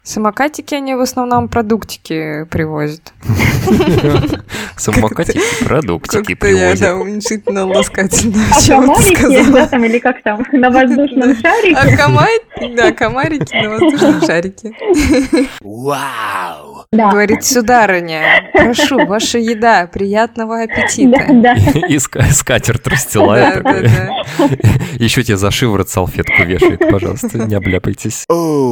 Самокатики, они в основном продуктики привозят. Самокатики, продуктики Как-то я, привозят. уменьшительно ласкательно А чего-то комарики, сказала. да, там, или как там, на воздушном шарике? А комарики на воздушном шарике. Вау! Да, Говорит, сударыня, прошу, ваша еда, приятного аппетита. да. И скатерть расстилает. Да. Еще тебе за шиворот салфетку вешает, пожалуйста, не обляпайтесь.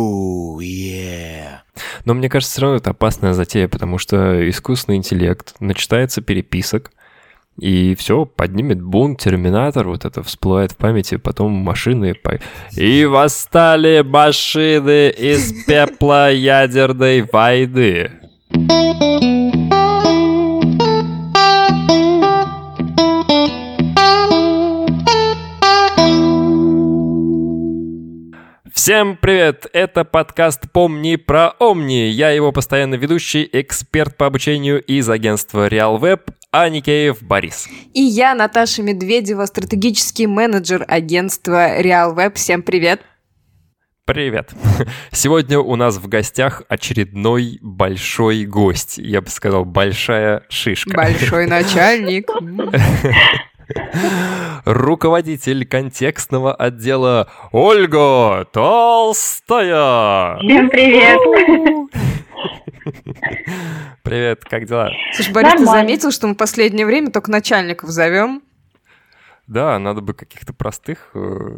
Но мне кажется, все равно это опасная затея, потому что искусственный интеллект начитается переписок, и все, поднимет бунт, терминатор, вот это всплывает в памяти, потом машины... И восстали машины из пепла ядерной войны. Всем привет! Это подкаст «Помни про Омни». Я его постоянный ведущий, эксперт по обучению из агентства RealWeb, Аникеев Борис. И я, Наташа Медведева, стратегический менеджер агентства RealWeb. Всем привет! Привет! Сегодня у нас в гостях очередной большой гость. Я бы сказал, большая шишка. Большой начальник. Руководитель контекстного отдела Ольга Толстая. Всем привет. Привет, как дела? Слушай, Борис, ты Нормально. заметил, что мы в последнее время только начальников зовем? Да, надо бы каких-то простых...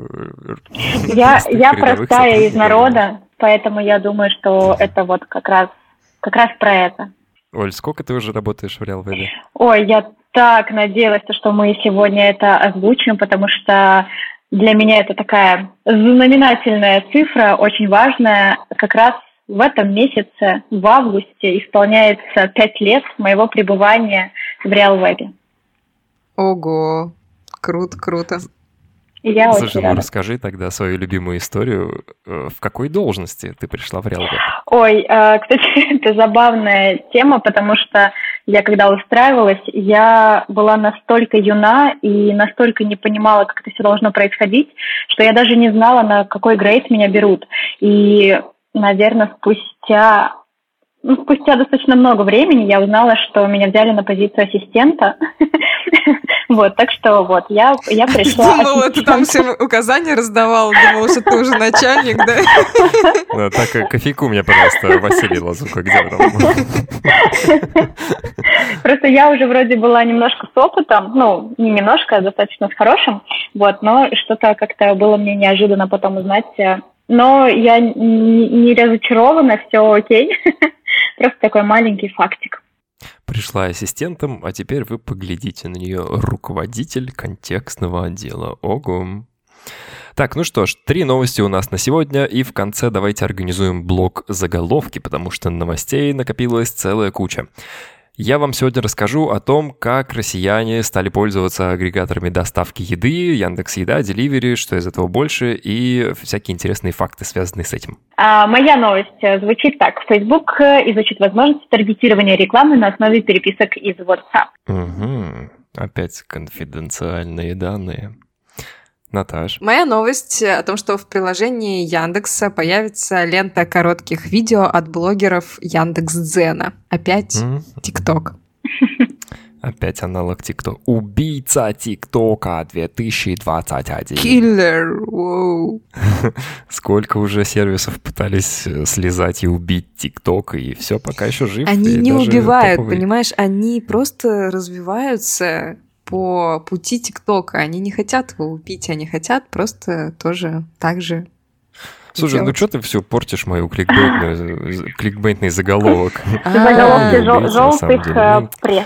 Я рядовых простая из сотрудников. народа, поэтому я думаю, что это вот как раз про это. Оль, сколько ты уже работаешь в RealWeb? Ой, я так надеялась, что мы сегодня это озвучим, потому что для меня это такая знаменательная цифра, очень важная. Как раз в этом месяце, в августе, исполняется 5 лет моего пребывания в RealWeb. Ого, круто. И я Слушай, очень ну рада. расскажи тогда свою любимую историю. В какой должности ты пришла в RealWeb? Ой, кстати, это забавная тема, потому что я, когда устраивалась, я была настолько юна и настолько не понимала, как это все должно происходить, что я даже не знала, на какой грейд меня берут. И, наверное, спустя достаточно много времени я узнала, что меня взяли на позицию ассистента. Вот, так что вот, я пришла... Думала, ты там всем указания раздавала, думала, что ты уже начальник, да? Ну, так, кофейку мне, пожалуйста, Василий Лазука, где вы там? Просто я уже вроде была немножко с опытом, ну, не немножко, а достаточно с хорошим, вот, но что-то как-то было мне неожиданно потом узнать. Но я не разочарована, все окей. Просто такой маленький фактик. Пришла ассистентом, а теперь вы поглядите на нее. Руководитель контекстного отдела. Ого. Так, ну что ж, 3 новости у нас на сегодня, и в конце давайте организуем блок заголовки, потому что новостей накопилась целая куча. Я вам сегодня расскажу о том, как россияне стали пользоваться агрегаторами доставки еды, Яндекс.Еда, Delivery, что из этого больше, и всякие интересные факты, связанные с этим. Моя новость звучит так. Facebook изучит возможность таргетирования рекламы на основе переписок из WhatsApp. Угу. Опять конфиденциальные данные. Наташ. Моя новость о том, что в приложении Яндекса появится лента коротких видео от блогеров Яндекс.Дзена. Опять ТикТок. Опять аналог ТикТок. Убийца ТикТока 2021. Киллер. Воу. Сколько уже сервисов пытались слезать и убить ТикТок, и все пока еще жив. Они и не даже убивают, топовый. понимаешь? Они просто развиваются по пути ТикТока. Они не хотят его убить, они хотят просто тоже так же. Слушай, ну делать. что ты все портишь мою кликбейтный заголовок? Заголовки убийца, на самом желтых деле. пресс.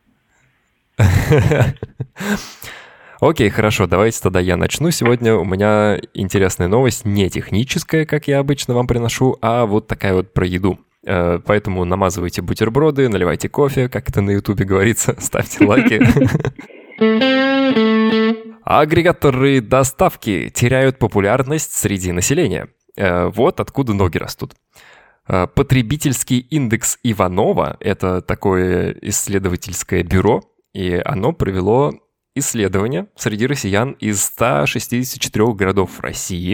Окей, хорошо, давайте тогда я начну. Сегодня у меня интересная новость, не техническая, как я обычно вам приношу, а вот такая вот про еду. Поэтому намазывайте бутерброды, наливайте кофе, как это на Ютубе говорится, ставьте лайки. Агрегаторы доставки теряют популярность среди населения. Вот откуда ноги растут. Потребительский индекс Иванова – это такое исследовательское бюро, и оно провело исследование среди россиян из 164 городов России.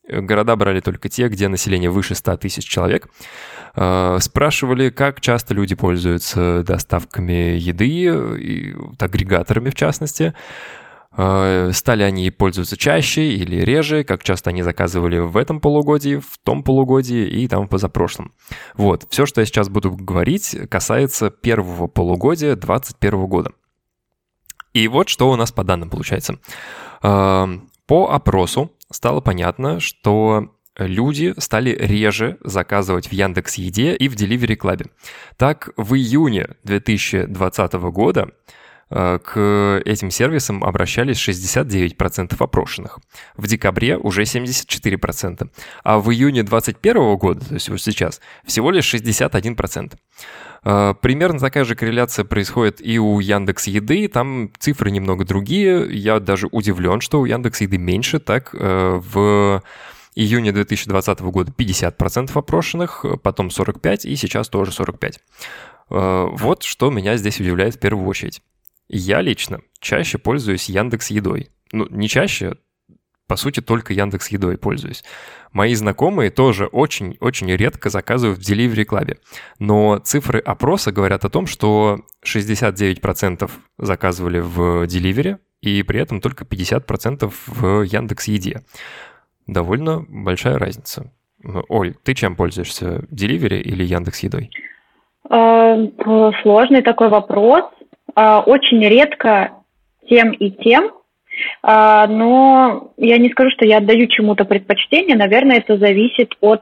Города брали только те, где население выше 100 тысяч человек. Спрашивали, как часто люди пользуются доставками еды, и агрегаторами в частности. Стали они пользоваться чаще или реже, как часто они заказывали в этом полугодии, в том полугодии и там в позапрошлом. Вот, все, что я сейчас буду говорить, касается первого полугодия 2021 года. И вот что у нас по данным получается. По опросу стало понятно, что люди стали реже заказывать в Яндекс.Еде и в Delivery Club. Так, в июне 2020 года к этим сервисам обращались 69% опрошенных. В декабре уже 74%. А в июне 2021 года, то есть вот сейчас, всего лишь 61%. Примерно такая же корреляция происходит и у Яндекс.Еды. Там цифры немного другие. Я даже удивлен, что у Яндекс.Еды меньше. Так, в июне 2020 года 50% опрошенных, потом 45% и сейчас тоже 45%. Вот что меня здесь удивляет в первую очередь. Я лично чаще пользуюсь Яндекс.Едой. Ну, не чаще, по сути, только Яндекс.Едой пользуюсь. Мои знакомые тоже очень-очень редко заказывают в Delivery Club. Но цифры опроса говорят о том, что 69% заказывали в Delivery, и при этом только 50% в Яндекс.Еде. Довольно большая разница. Оль, ты чем пользуешься? Delivery или Яндекс.Едой? Сложный такой вопрос. Очень редко тем и тем, но я не скажу, что я отдаю чему-то предпочтение. Наверное, это зависит от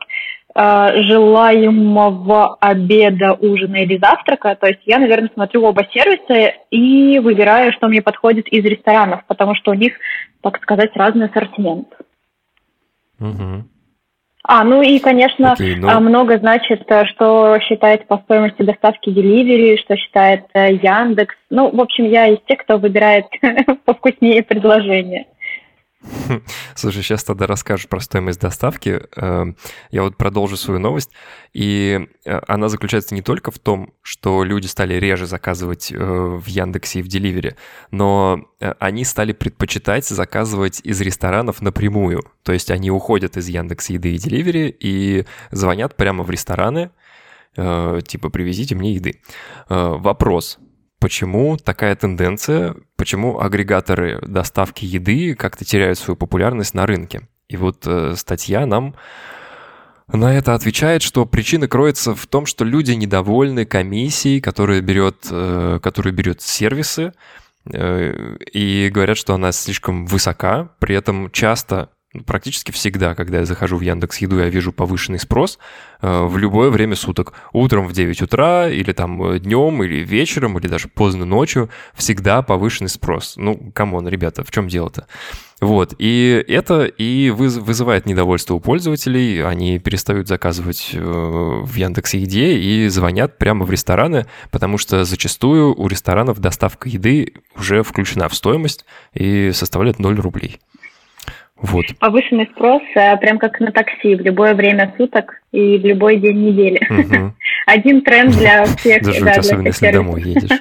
желаемого обеда, ужина или завтрака. То есть я, наверное, смотрю оба сервиса и выбираю, что мне подходит из ресторанов, потому что у них, так сказать, разный ассортимент. Угу. Ну и, конечно, много значит, что считает по стоимости доставки Delivery, что считает Яндекс. Ну, в общем, я из тех, кто выбирает повкуснее предложение. Слушай, сейчас тогда расскажешь про стоимость доставки. Я вот продолжу свою новость. И она заключается не только в том, что люди стали реже заказывать в Яндексе и в Деливере, но они стали предпочитать заказывать из ресторанов напрямую. То есть они уходят из Яндекс.Еды и Деливери и звонят прямо в рестораны, типа «привезите мне еды». Вопрос. Почему такая тенденция, почему агрегаторы доставки еды как-то теряют свою популярность на рынке? И вот статья нам на это отвечает, что причина кроется в том, что люди недовольны комиссией, которую берет сервисы, и говорят, что она слишком высока, при этом часто... Практически всегда, когда я захожу в Яндекс.Еду, я вижу повышенный спрос в любое время суток. Утром в 9 утра, или там днем, или вечером, или даже поздно ночью. Всегда повышенный спрос. Ну, камон, ребята, в чем дело-то? Вот, и это и вызывает недовольство у пользователей. Они перестают заказывать в Яндекс.Еде и звонят прямо в рестораны, потому что зачастую у ресторанов доставка еды уже включена в стоимость и составляет 0 рублей. Вот. Повышенный спрос прям как на такси в любое время суток и в любой день недели. Угу. Один тренд для всех. Даже особенно если домой едешь.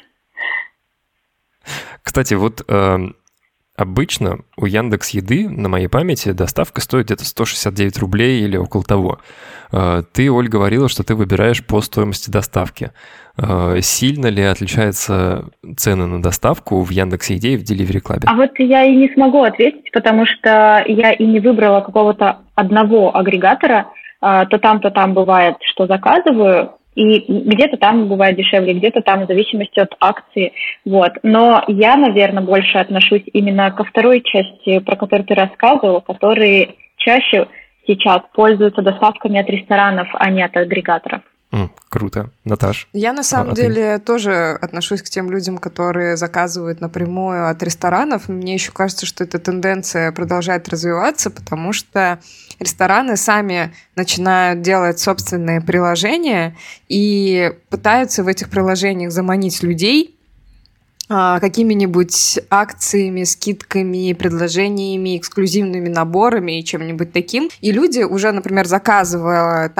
Кстати, вот обычно у Яндекс.Еды на моей памяти доставка стоит где-то 169 рублей или около того. Ты, Оль, говорила, что ты выбираешь по стоимости доставки. Сильно ли отличаются цены на доставку в Яндекс.Еде и в Delivery Club? А вот я и не смогу ответить, потому что я и не выбрала какого-то одного агрегатора. То там бывает, что заказываю, и где-то там бывает дешевле, где-то там в зависимости от акции. Вот. Но я, наверное, больше отношусь именно ко второй части, про которую ты рассказывал, которые чаще сейчас пользуются доставками от ресторанов, а не от агрегаторов. Круто. Наташ? Я на самом деле тоже отношусь к тем людям, которые заказывают напрямую от ресторанов. Мне еще кажется, что эта тенденция продолжает развиваться, потому что рестораны сами начинают делать собственные приложения и пытаются в этих приложениях заманить людей какими-нибудь акциями, скидками, предложениями, эксклюзивными наборами и чем-нибудь таким. И люди уже, например, заказывая там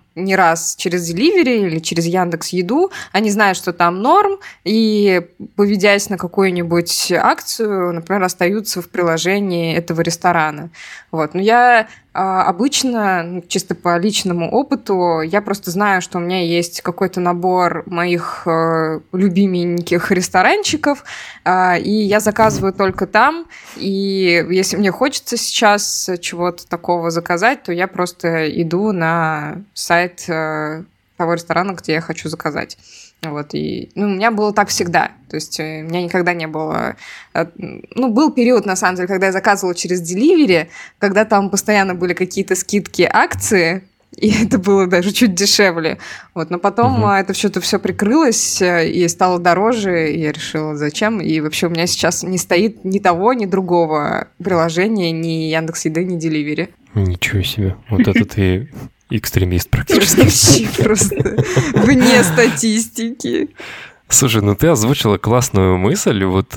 не раз через Delivery или через Яндекс.Еду, они знают, что там норм, и, поведясь на какую-нибудь акцию, например, остаются в приложении этого ресторана. Вот. Но я обычно, чисто по личному опыту, я просто знаю, что у меня есть какой-то набор моих любименьких ресторанчиков, и я заказываю только там, и если мне хочется сейчас чего-то такого заказать, то я просто иду на сайт того ресторана, где я хочу заказать. Вот, и, у меня было так всегда. То есть у меня никогда не было... был период, на самом деле, когда я заказывала через Delivery, когда там постоянно были какие-то скидки, акции, и это было даже чуть дешевле. Вот, но потом это что-то все прикрылось и стало дороже, и я решила, зачем. И вообще у меня сейчас не стоит ни того, ни другого приложения, ни Яндекс.Еды, ни Delivery. Ничего себе. Вот это ты... экстремист практически. Вообще просто вне статистики. Слушай, ты озвучила классную мысль. Вот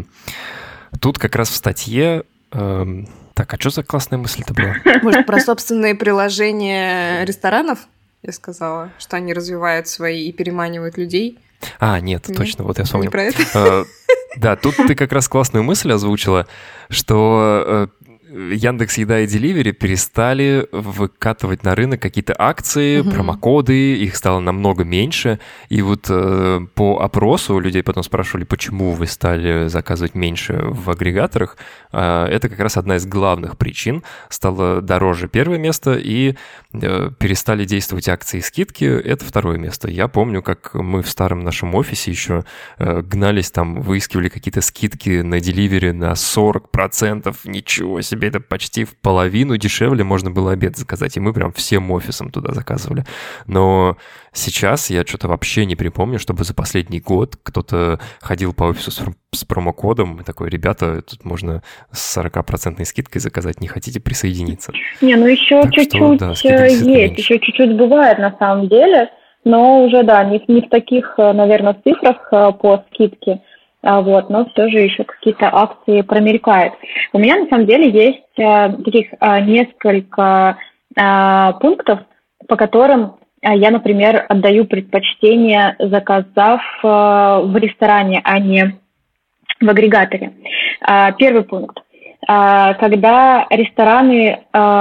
тут как раз в статье... Так, а что за классная мысль-то была? Может, про собственные приложения ресторанов? Я сказала, что они развивают свои и переманивают людей. Нет, точно, вот я вспомнил. Не про это? Да, тут ты как раз классную мысль озвучила, что Яндекс.Еда и Delivery перестали выкатывать на рынок какие-то акции, промокоды, их стало намного меньше. И вот по опросу людей потом спрашивали, почему вы стали заказывать меньше в агрегаторах. Это как раз одна из главных причин. Стало дороже первое место, и перестали действовать акции и скидки. Это второе место. Я помню, как мы в старом нашем офисе еще гнались, там выискивали какие-то скидки на Delivery на 40%. Ничего себе! Это почти в половину дешевле можно было обед заказать, и мы прям всем офисом туда заказывали. Но сейчас я что-то вообще не припомню, чтобы за последний год кто-то ходил по офису с промокодом и такой: ребята, тут можно с 40% скидкой заказать, не хотите присоединиться? Еще так чуть-чуть есть, еще чуть-чуть бывает на самом деле, но уже, не в таких, наверное, цифрах по скидке. Но все же еще какие-то акции промелькают. У меня, на самом деле, есть таких несколько пунктов, по которым я, например, отдаю предпочтение, заказав в ресторане, а не в агрегаторе. Первый пункт. Когда рестораны...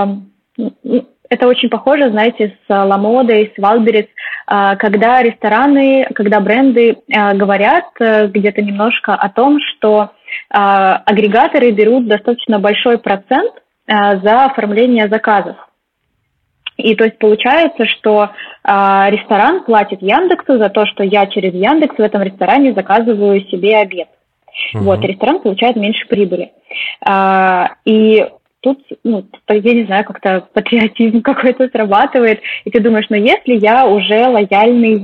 Это очень похоже, знаете, с Ламодой, с Валберес, когда рестораны, когда бренды говорят где-то немножко о том, что агрегаторы берут достаточно большой процент за оформление заказов. И то есть получается, что ресторан платит Яндексу за то, что я через Яндекс в этом ресторане заказываю себе обед. Вот, и ресторан получает меньше прибыли. И тут, я не знаю, как-то патриотизм какой-то срабатывает, и ты думаешь, если я уже лояльный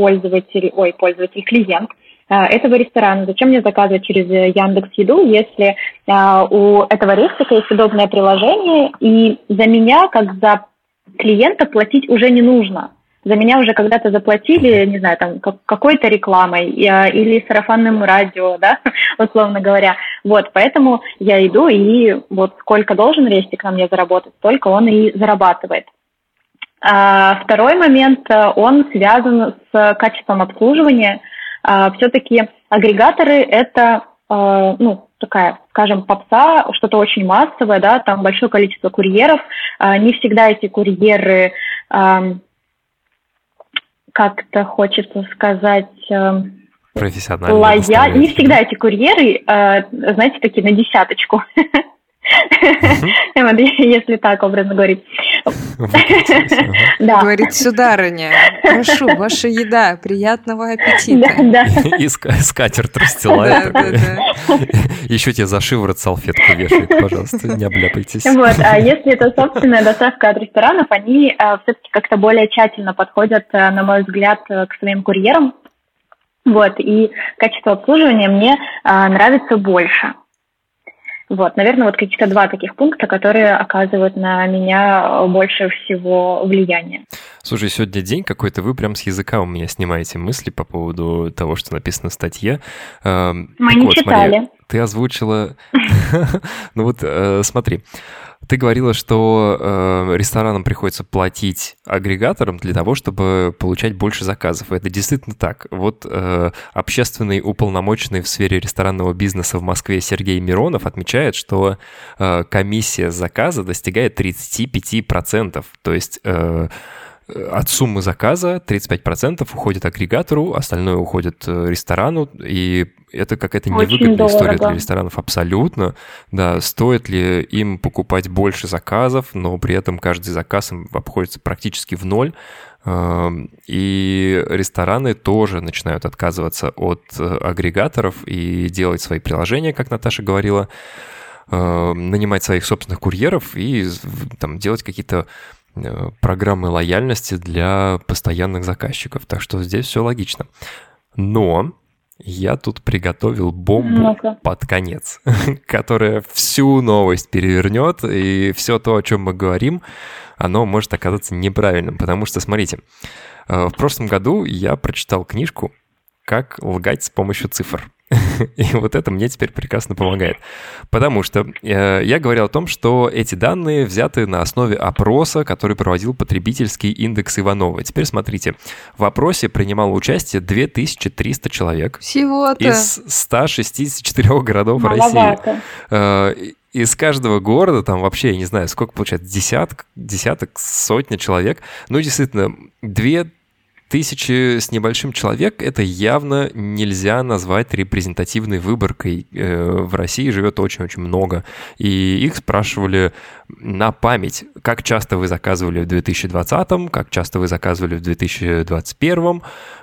клиент этого ресторана, зачем мне заказывать через Яндекс.Еду, если у этого рестика есть удобное приложение, и за меня, как за клиента, платить уже не нужно. За меня уже когда-то заплатили, не знаю, там, какой-то рекламой или сарафанным радио, да, условно говоря. Вот, поэтому я иду, и вот сколько должен рестик на мне заработать, столько он и зарабатывает. Второй момент, он связан с качеством обслуживания. Все-таки агрегаторы – это, такая, скажем, попса, что-то очень массовое, да, там большое количество курьеров. Не всегда эти курьеры... как-то хочется сказать, профессионально. Не всегда эти курьеры, знаете, такие на десяточку. Если так образно говорить. Говорит: сударыня, прошу, ваша еда, приятного аппетита. И скатерть расстилает. Еще тебе за шиворот салфетку вешает, пожалуйста, не обляпайтесь. Вот, а если это собственная доставка от ресторанов, они все-таки как-то более тщательно подходят, на мой взгляд, к своим курьерам. Вот, и качество обслуживания мне нравится больше. Вот, наверное, вот каких-то два таких пункта, которые оказывают на меня больше всего влияния. Слушай, сегодня день какой-то, вы прям с языка у меня снимаете мысли по поводу того, что написано в статье. Мы не читали. Смотри, ты озвучила... Смотри. Ты говорила, что ресторанам приходится платить агрегаторам для того, чтобы получать больше заказов. Это действительно так. Вот общественный уполномоченный в сфере ресторанного бизнеса в Москве Сергей Миронов отмечает, что комиссия с заказа достигает 35%. То есть от суммы заказа 35% уходит агрегатору, остальное уходит ресторану, и это какая-то невыгодная история для ресторанов абсолютно. Да, стоит ли им покупать больше заказов, но при этом каждый заказ им обходится практически в ноль, и рестораны тоже начинают отказываться от агрегаторов и делать свои приложения, как Наташа говорила, нанимать своих собственных курьеров и там делать какие-то программы лояльности для постоянных заказчиков. Так что здесь все логично. Но я тут приготовил бомбу под конец, которая всю новость перевернет, и все то, о чем мы говорим, оно может оказаться неправильным. Потому что, смотрите, в прошлом году я прочитал книжку «Как лгать с помощью цифр». И вот это мне теперь прекрасно помогает. Потому что я говорил о том, что эти данные взяты на основе опроса, который проводил потребительский индекс Иванова. Теперь смотрите, в опросе принимало участие 2300 человек. Всего-то. Из 164 городов России. Из каждого города, там вообще, я не знаю, сколько получается, десяток, сотня человек. Ну, действительно, 2000 с небольшим человек, это явно нельзя назвать репрезентативной выборкой. В России живет очень-очень много. И их спрашивали на память, как часто вы заказывали в 2020, как часто вы заказывали в 2021.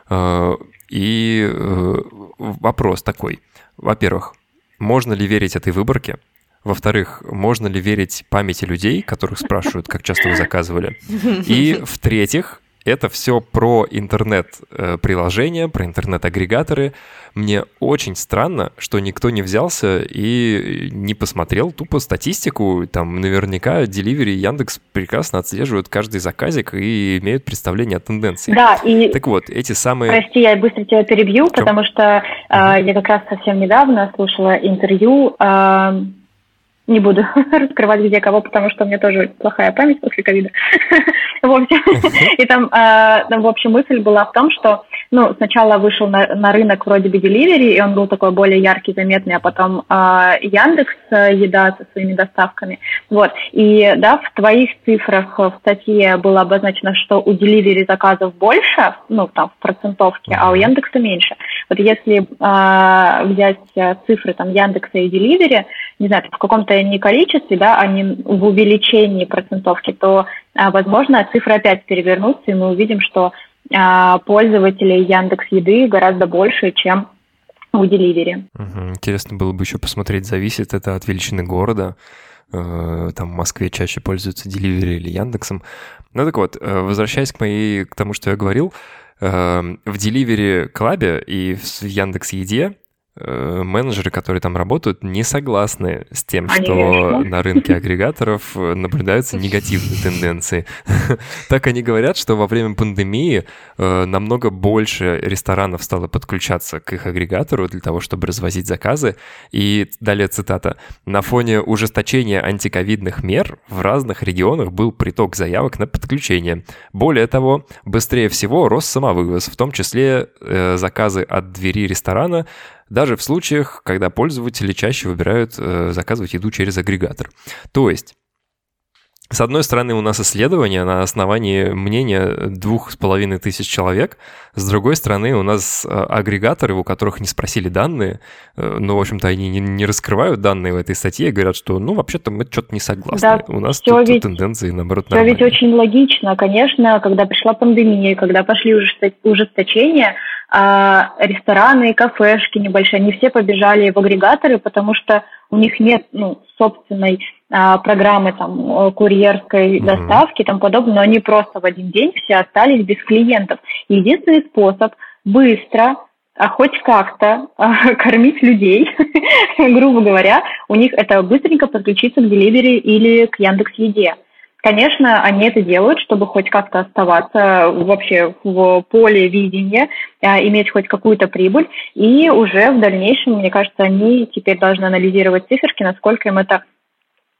И вопрос такой. Во-первых, можно ли верить этой выборке? Во-вторых, можно ли верить памяти людей, которых спрашивают, как часто вы заказывали? И в-третьих, это все про интернет-приложения, про интернет-агрегаторы. Мне очень странно, что никто не взялся и не посмотрел тупо статистику. Там наверняка Delivery и Яндекс прекрасно отслеживают каждый заказик и имеют представление о тенденции. Да, и... Так вот, эти самые... Прости, я быстро тебя перебью, потому что я как раз совсем недавно слушала интервью... Не буду раскрывать где кого, потому что у меня тоже плохая память после ковида. В общем, и там, в общем, мысль была в том, что, сначала вышел на рынок вроде бы Delivery, и он был такой более яркий, заметный, а потом Яндекс Еда со своими доставками. Вот. И, да, в твоих цифрах в статье было обозначено, что у Delivery заказов больше, там, в процентовке, а у Яндекса меньше. Вот если взять цифры там Яндекса и Delivery, не знаю, в каком-то не количестве, да, а не в увеличении процентовки, то, возможно, цифры опять перевернутся, и мы увидим, что пользователей Яндекс.Еды гораздо больше, чем у Delivery. Интересно было бы еще посмотреть, зависит это от величины города. Там в Москве чаще пользуются Delivery или Яндексом. Ну так вот, возвращаясь к тому, что я говорил, в Delivery Club и в Яндекс.Еде менеджеры, которые там работают, не согласны с тем, что на рынке агрегаторов наблюдаются негативные тенденции. Так они говорят, что во время пандемии намного больше ресторанов стало подключаться к их агрегатору для того, чтобы развозить заказы. И далее цитата. «На фоне ужесточения антиковидных мер в разных регионах был приток заявок на подключение. Более того, быстрее всего рос самовывоз, в том числе заказы от двери ресторана, даже в случаях, когда пользователи чаще выбирают заказывать еду через агрегатор». То есть, с одной стороны, у нас исследование на основании мнения 2500 человек, с другой стороны, у нас агрегаторы, у которых не спросили данные, в общем-то, они не раскрывают данные в этой статье, говорят, что, вообще-то мы что-то не согласны. Да, у нас тут тенденции, наоборот, нормальные. Все ведь очень логично, конечно, когда пришла пандемия, когда пошли ужесточения, рестораны и кафешки небольшие, они все побежали в агрегаторы, потому что у них нет собственной программы там курьерской доставки и тому подобное, но они просто в один день все остались без клиентов. Единственный способ быстро, хоть как-то кормить людей, грубо говоря, у них это быстренько подключиться к Delivery или к Яндекс.Еде. Конечно, они это делают, чтобы хоть как-то оставаться вообще в поле видения, иметь хоть какую-то прибыль, и уже в дальнейшем, мне кажется, они теперь должны анализировать циферки, насколько им это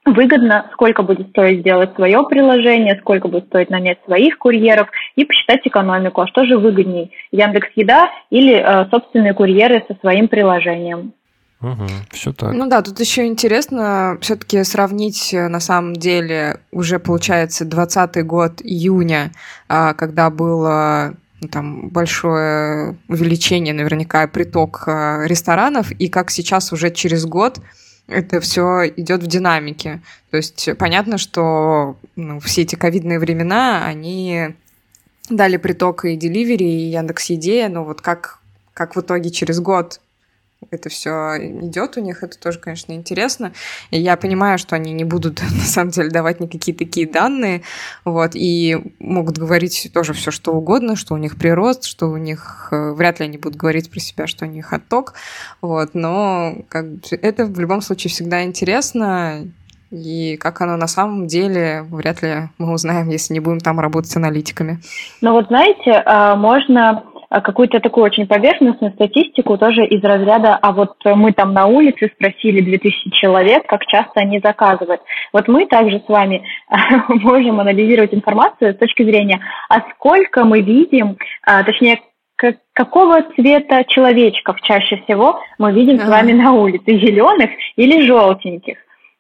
выгодно, сколько будет стоить сделать свое приложение, сколько будет стоить нанять своих курьеров и посчитать экономику. А что же выгодней, Яндекс.Еда или собственные курьеры со своим приложением? Все так. Ну да, тут еще интересно все-таки сравнить, на самом деле, уже получается 2020 год июня, когда было там большое увеличение, наверняка, приток ресторанов, и как сейчас уже через год это все идет в динамике. То есть понятно, что все эти ковидные времена, они дали приток и Delivery, и Яндекс.Еде, но вот как в итоге через год это все идет у них, это тоже, конечно, интересно. И я понимаю, что они не будут, на самом деле, давать никакие такие данные, вот, и могут говорить тоже все что угодно, что у них прирост, что у них... Вряд ли они будут говорить про себя, что у них отток, вот, но это в любом случае всегда интересно, и как оно на самом деле, вряд ли мы узнаем, если не будем там работать с аналитиками. Ну вот знаете, можно... какую-то такую очень поверхностную статистику тоже из разряда, а вот мы там на улице спросили 2000 человек, как часто они заказывают. Вот мы также с вами можем анализировать информацию с точки зрения, а сколько мы видим, точнее, какого цвета человечков чаще всего мы видим с вами на улице, зеленых или желтеньких.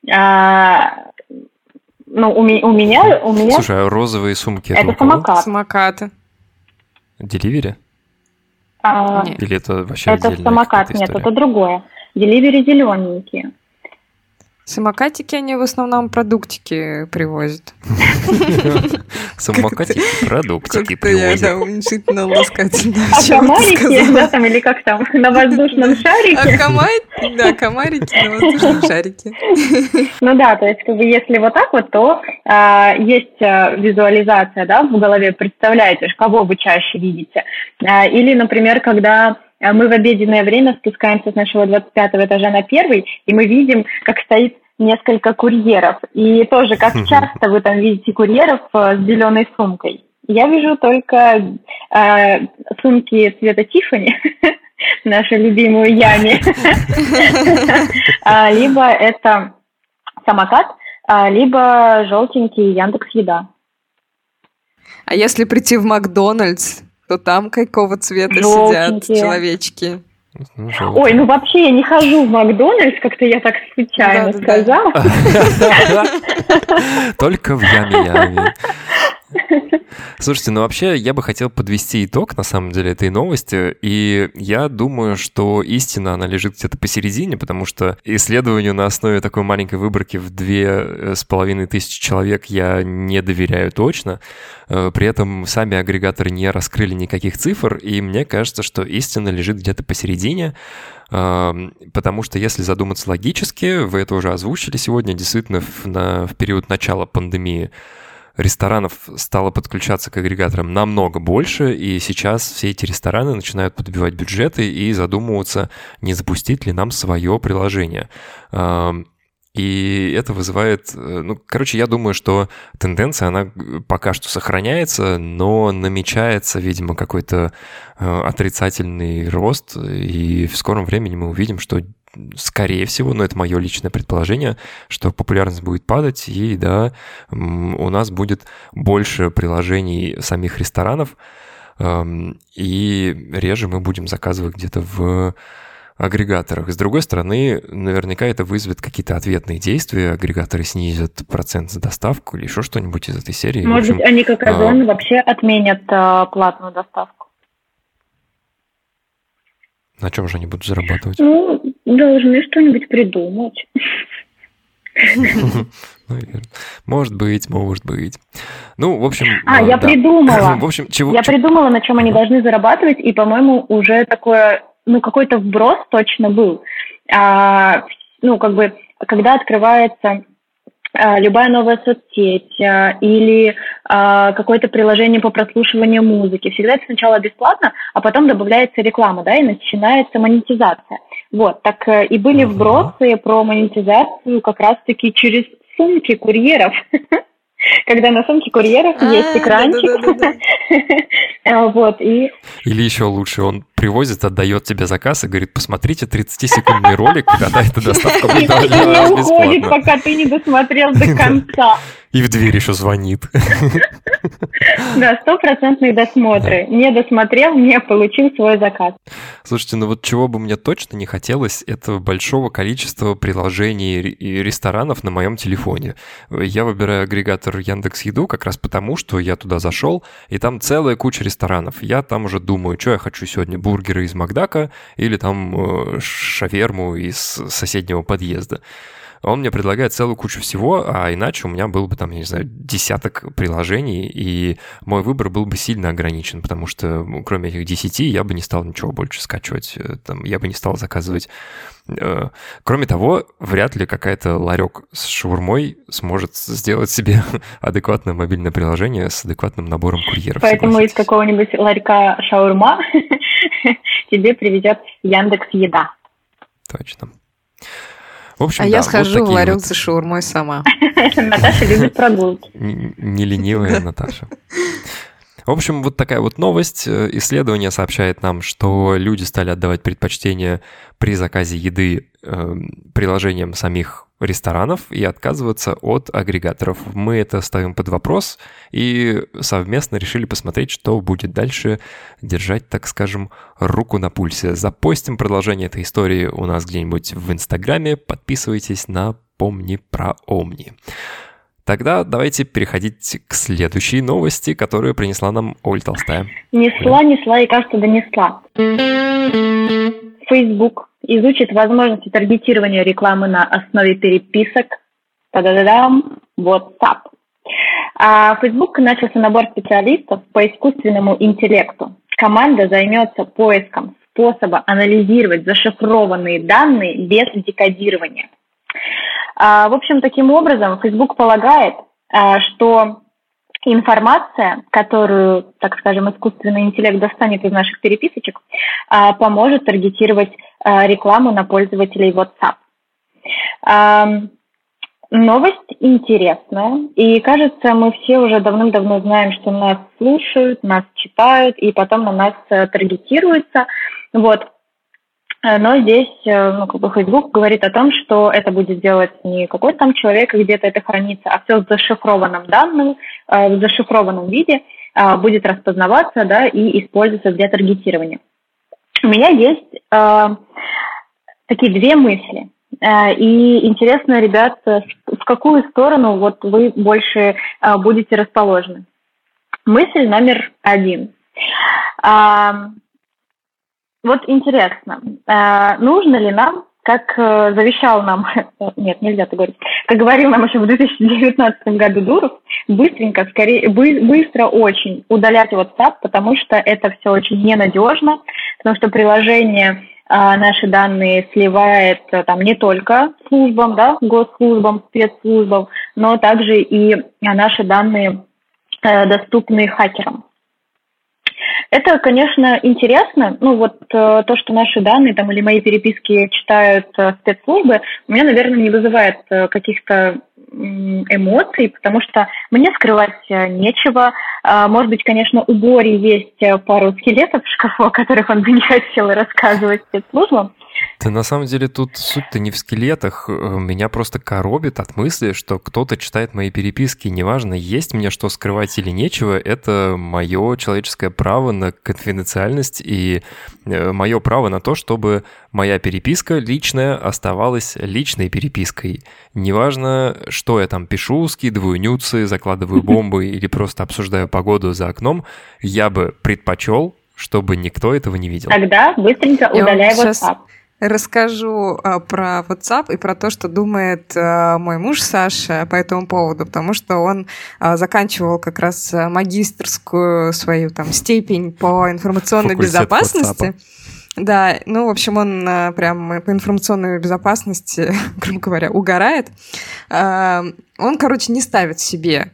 Ну, у меня... Слушай, а розовые сумки это самокат. Самокаты. Delivery? Или это вообще это отдельная самокат, нет, это другое. Delivery зелененькие. Самокатики, они в основном продуктики привозят. Самокатики, продуктики привозят. Я уменьшительно ласкательно. А комарики, да, там, или как там, на воздушном шарике? Да, комарики на воздушном шарике. Ну да, то есть, если вот так вот, то есть визуализация, да, в голове, представляете, кого вы чаще видите. Или, например, когда... мы в обеденное время спускаемся с нашего 25-го этажа на 1-й, и мы видим, как стоит несколько курьеров. И тоже, как часто вы там видите курьеров с зеленой сумкой. Я вижу только сумки цвета Тиффани, нашу любимую Ями. Либо это самокат, либо желтенький Яндекс.Еда. А если прийти в Макдональдс, то там какого цвета сидят человечки? Ой, ну вообще я не хожу в Макдональдс, как-то я так случайно сказала. Только в Яме-Яме. Слушайте, ну вообще я бы хотел подвести итог, на самом деле, этой новости, и я думаю, что истина, она лежит где-то посередине, потому что исследованию на основе такой маленькой выборки в 2500 человек я не доверяю точно, при этом сами агрегаторы не раскрыли никаких цифр, и мне кажется, что истина лежит где-то посередине, потому что если задуматься логически, вы это уже озвучили сегодня, действительно в период начала пандемии ресторанов стало подключаться к агрегаторам намного больше, и сейчас все эти рестораны начинают подбивать бюджеты и задумываться, не запустить ли нам свое приложение. И это вызывает... Ну, короче, я думаю, что тенденция, она пока что сохраняется, но намечается, видимо, какой-то отрицательный рост, и в скором времени мы увидим, что скорее всего, но это мое личное предположение, что популярность будет падать, и да, у нас будет больше приложений самих ресторанов, и реже мы будем заказывать где-то в агрегаторах. С другой стороны, наверняка это вызовет какие-то ответные действия, агрегаторы снизят процент за доставку или еще что-нибудь из этой серии. Может быть, они, как Озон, вообще отменят платную доставку. На чем же они будут зарабатывать? Ну, должны что-нибудь придумать. Может быть. Ну, в общем... Я придумала. В общем, я придумала, на чем они должны зарабатывать, и, по-моему, уже такое, какой-то вброс точно был. Когда открывается любая новая соцсеть или какое-то приложение по прослушиванию музыки. Всегда это сначала бесплатно, а потом добавляется реклама, да, и начинается монетизация. Вот, так и были вбросы про монетизацию как раз-таки через сумки курьеров. Когда на сумке курьеров есть экранчик. Вот, и... Или еще лучше, он привозит, отдает тебе заказ и говорит, посмотрите 30-секундный ролик, когда эта доставка будет не уходит, пока ты не досмотрел до конца. И в дверь еще звонит. Да, 100% досмотры. Не досмотрел, не получил свой заказ. Слушайте, ну вот чего бы мне точно не хотелось, это большого количества приложений и ресторанов на моем телефоне. Я выбираю агрегатор Яндекс.Еду как раз потому, что я туда зашел, и там целая куча ресторанов. Я там уже думаю, что я хочу сегодня, бургеры из Макдака или там шаверму из соседнего подъезда. Он мне предлагает целую кучу всего, а иначе у меня был бы там, я не знаю, десяток приложений, и мой выбор был бы сильно ограничен, потому что кроме этих 10 я бы не стал ничего больше скачивать, там, я бы не стал заказывать. Кроме того, вряд ли какая-то ларек с шаурмой сможет сделать себе адекватное мобильное приложение с адекватным набором курьеров. Поэтому из какого-нибудь ларька шаурма тебе привезет Яндекс.Еда. Точно. В общем, я схожу вот в ларек за шаурмой сама. Наташа любит прогулки. Не ленивая Наташа. В общем, вот такая вот новость. Исследование сообщает нам, что люди стали отдавать предпочтение при заказе еды приложениям самих ресторанов и отказываться от агрегаторов. Мы это ставим под вопрос и совместно решили посмотреть, что будет дальше, держать, так скажем, руку на пульсе. Запостим продолжение этой истории у нас где-нибудь в Инстаграме. Подписывайтесь на «Помни про Омни». Тогда давайте переходить к следующей новости, которую принесла нам Оль Толстая. Несла и, кажется, донесла. Facebook изучит возможности таргетирования рекламы на основе переписок. Та-да-да-дам, WhatsApp. Facebook начался набор специалистов по искусственному интеллекту. Команда займется поиском способа анализировать зашифрованные данные без декодирования. В общем, таким образом, Facebook полагает, что информация, которую, так скажем, искусственный интеллект достанет из наших переписочек, поможет таргетировать рекламу на пользователей WhatsApp. Новость интересная, и, кажется, мы все уже давным-давно знаем, что нас слушают, нас читают, и потом на нас таргетируются. Вот. Но здесь Facebook говорит о том, что это будет делать не какой-то там человек, где-то это хранится, а все в зашифрованном данном, в зашифрованном виде будет распознаваться, да, и использоваться для таргетирования. У меня есть такие две мысли. И интересно, ребят, в какую сторону вот вы больше будете расположены. Мысль номер один. Вот интересно, нужно ли нам, как завещал нам, нет, нельзя так говорить, как говорил нам еще в 2019 году Дуров, быстро очень удалять WhatsApp, потому что это все очень ненадежно, потому что приложение наши данные сливает там не только службам, да, госслужбам, спецслужбам, но также и наши данные доступны хакерам. Это, конечно, интересно. Ну, вот то, что наши данные там или мои переписки читают спецслужбы, у меня, наверное, не вызывает каких-то эмоций, потому что мне скрывать нечего. Может быть, конечно, у Бори есть пару скелетов в шкафу, о которых он бы не хотел рассказывать спецслужбам. Да на самом деле тут суть-то не в скелетах. Меня просто коробит от мысли, что кто-то читает мои переписки. Неважно, есть мне что скрывать или нечего, это мое человеческое право на конфиденциальность и мое право на то, чтобы моя переписка личная оставалась личной перепиской. Неважно, что я там пишу, скидываю нюцы, закладываю бомбы или просто обсуждаю погоду за окном, я бы предпочел, чтобы никто этого не видел. Тогда быстренько удаляй WhatsApp. Расскажу про WhatsApp и про то, что думает мой муж Саша по этому поводу, потому что он заканчивал как раз магистерскую свою там степень по информационной безопасности. Да, ну, в общем, он прям по информационной безопасности, грубо говоря, угорает. Он, короче, не ставит себе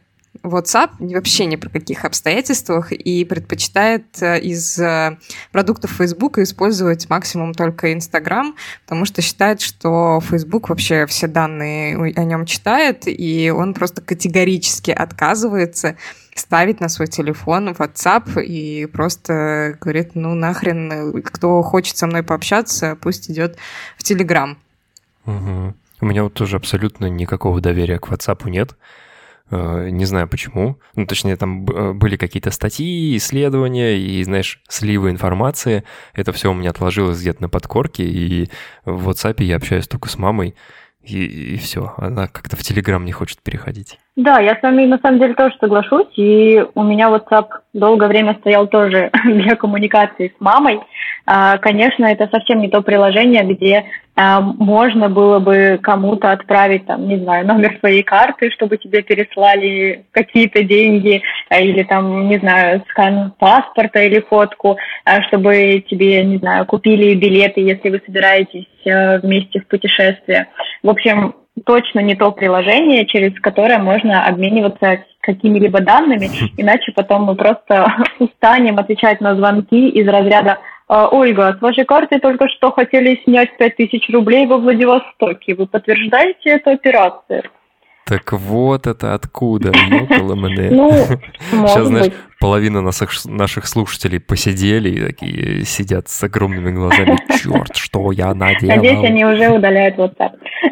WhatsApp вообще ни при каких обстоятельствах и предпочитает из продуктов Facebook использовать максимум только Instagram, потому что считает, что Facebook вообще все данные о нем читает, и он просто категорически отказывается ставить на свой телефон WhatsApp и просто говорит, ну нахрен, кто хочет со мной пообщаться, пусть идет в Telegram. Угу. У меня вот тоже абсолютно никакого доверия к WhatsApp нет. Не знаю почему. Ну, точнее, там были какие-то статьи, исследования и, знаешь, сливы информации. Это все у меня отложилось где-то на подкорке, и в WhatsApp я общаюсь только с мамой, и все. Она как-то в Telegram не хочет переходить. Да, я с вами на самом деле тоже соглашусь, и у меня WhatsApp долгое время стоял тоже для коммуникации с мамой. Конечно, это совсем не то приложение, где можно было бы кому-то отправить, там, не знаю, номер своей карты, чтобы тебе переслали какие-то деньги, или там, не знаю, скан паспорта или фотку, чтобы тебе, не знаю, купили билеты, если вы собираетесь вместе в путешествие. В общем, точно не то приложение, через которое можно обмениваться какими-либо данными, иначе потом мы просто устанем отвечать на звонки из разряда «Ольга, с вашей карты только что хотели снять 5000 рублей во Владивостоке. Вы подтверждаете эту операцию?» Так вот это откуда, ёкаламэне. Ну, сейчас, знаешь, половина наших слушателей посидели и такие сидят с огромными глазами. Черт, что я наделал. Надеюсь, они уже удаляют WhatsApp.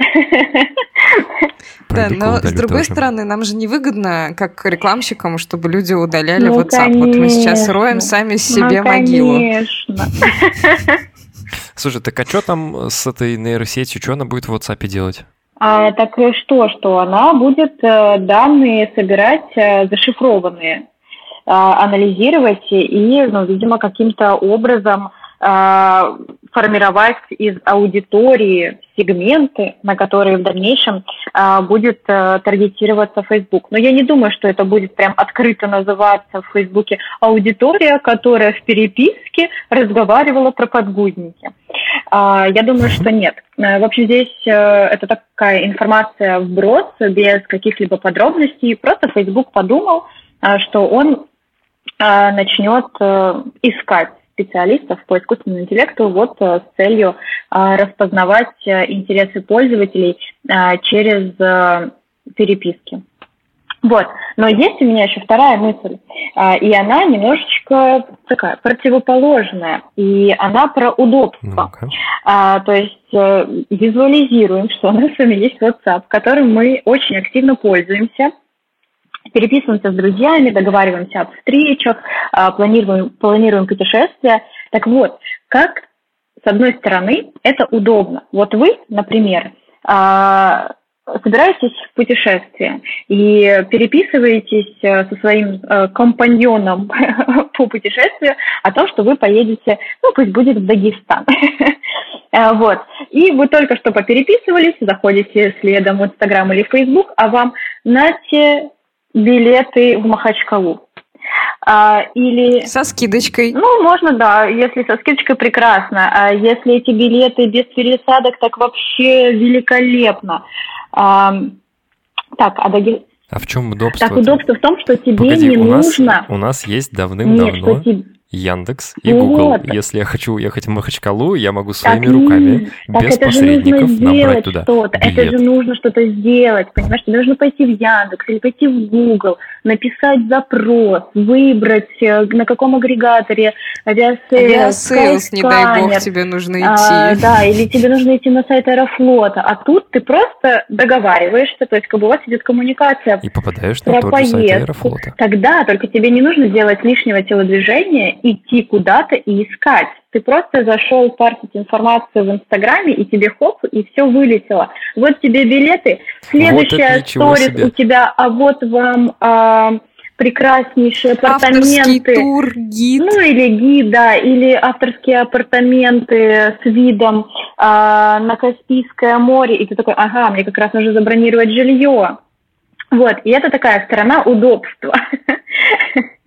Да, но с другой стороны, нам же невыгодно, как рекламщикам, чтобы люди удаляли WhatsApp. Вот мы сейчас роем сами себе могилу. Конечно. Слушай, так а что там с этой нейросетью, что она будет в WhatsApp делать? Так что она будет данные собирать зашифрованные, анализировать и, ну, видимо, каким-то образом формировать из аудитории сегменты, на которые в дальнейшем будет таргетироваться Facebook. Но я не думаю, что это будет прям открыто называться в Фейсбуке аудитория, которая в переписке разговаривала про подгузники. Я думаю, что нет. В общем, здесь это такая информация вброс, без каких-либо подробностей. Просто Facebook подумал, что он начнет искать специалистов по искусственному интеллекту вот с целью распознавать интересы пользователей через переписки. Вот. Но есть у меня еще вторая мысль, и она немножечко такая противоположная, и она про удобство. То есть визуализируем, что у нас с вами есть WhatsApp, которым мы очень активно пользуемся, переписываемся с друзьями, договариваемся об встречах, планируем путешествия. Так вот, как, с одной стороны, это удобно. Вот вы, например, собираетесь в путешествие и переписываетесь со своим компаньоном по путешествию о том, что вы поедете, ну, пусть будет в Дагестан. Вот. И вы только что попереписывались, заходите следом в Инстаграм или в Фейсбук, а вам нате билеты в Махачкалу. Или... Со скидочкой. Ну, можно, да. Если со скидочкой, прекрасно. А если эти билеты без пересадок, так вообще великолепно. Так, А в чем удобство? Так, удобство в том, что тебе не нужно... У нас есть давным-давно Яндекс и Google. Вот. Если я хочу уехать в Махачкалу, я могу своими руками, без посредников, набрать туда билет. Это же нужно что-то сделать, понимаешь? Тебе нужно пойти в Яндекс или пойти в Google, написать запрос, выбрать, на каком агрегаторе авиасейлс, не дай бог, тебе нужно идти. Да, или тебе нужно идти на сайт Аэрофлота. А тут ты просто договариваешься, то есть как бы у вас идет коммуникация. И попадаешь на тот же сайт Аэрофлота. Тогда только тебе не нужно делать лишнего телодвижения, идти куда-то и искать. Ты просто зашел парсить информацию в Инстаграме, и тебе хоп, и все вылетело. Вот тебе билеты. Следующая вот сторис у тебя, а вот вам прекраснейшие апартаменты. Авторский тур, гид. Ну, или гид, да, или авторские апартаменты с видом на Каспийское море. И ты такой, ага, мне как раз нужно забронировать жилье. Вот, и это такая сторона удобства.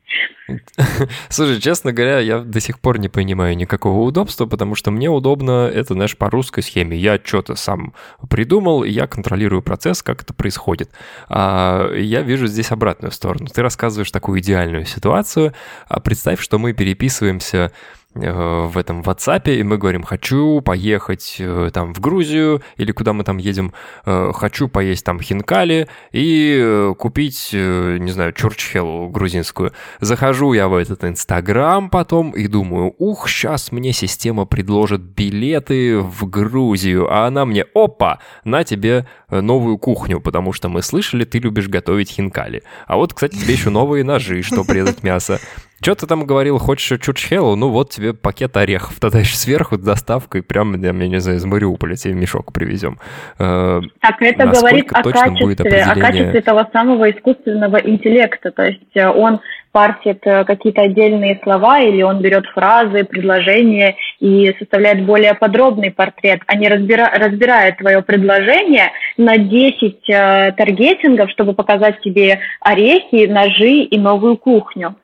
Слушай, честно говоря, я до сих пор не понимаю никакого удобства, потому что мне удобно это, знаешь, по русской схеме. Я что-то сам придумал, и я контролирую процесс, как это происходит. А я вижу здесь обратную сторону. Ты рассказываешь такую идеальную ситуацию. А представь, что мы переписываемся в этом WhatsApp, и мы говорим, хочу поехать там в Грузию, или куда мы там едем, хочу поесть там хинкали и купить, не знаю, чурчхелу грузинскую. Захожу я в этот Инстаграм потом и думаю, сейчас мне система предложит билеты в Грузию, а она мне, опа, на тебе новую кухню, потому что мы слышали, ты любишь готовить хинкали. А вот, кстати, тебе еще новые ножи, чтобы резать мясо. Что ты там говорил, хочешь чурчхелу? Ну вот тебе пакет орехов, тогда еще сверху с доставкой прямо, я не знаю, из Мариуполя тебе мешок привезем. Так это говорит о качестве того самого искусственного интеллекта, то есть он парсит какие-то отдельные слова или он берет фразы, предложения и составляет более подробный портрет, а не разбирает твое предложение на 10 таргетингов, чтобы показать тебе орехи, ножи и новую кухню.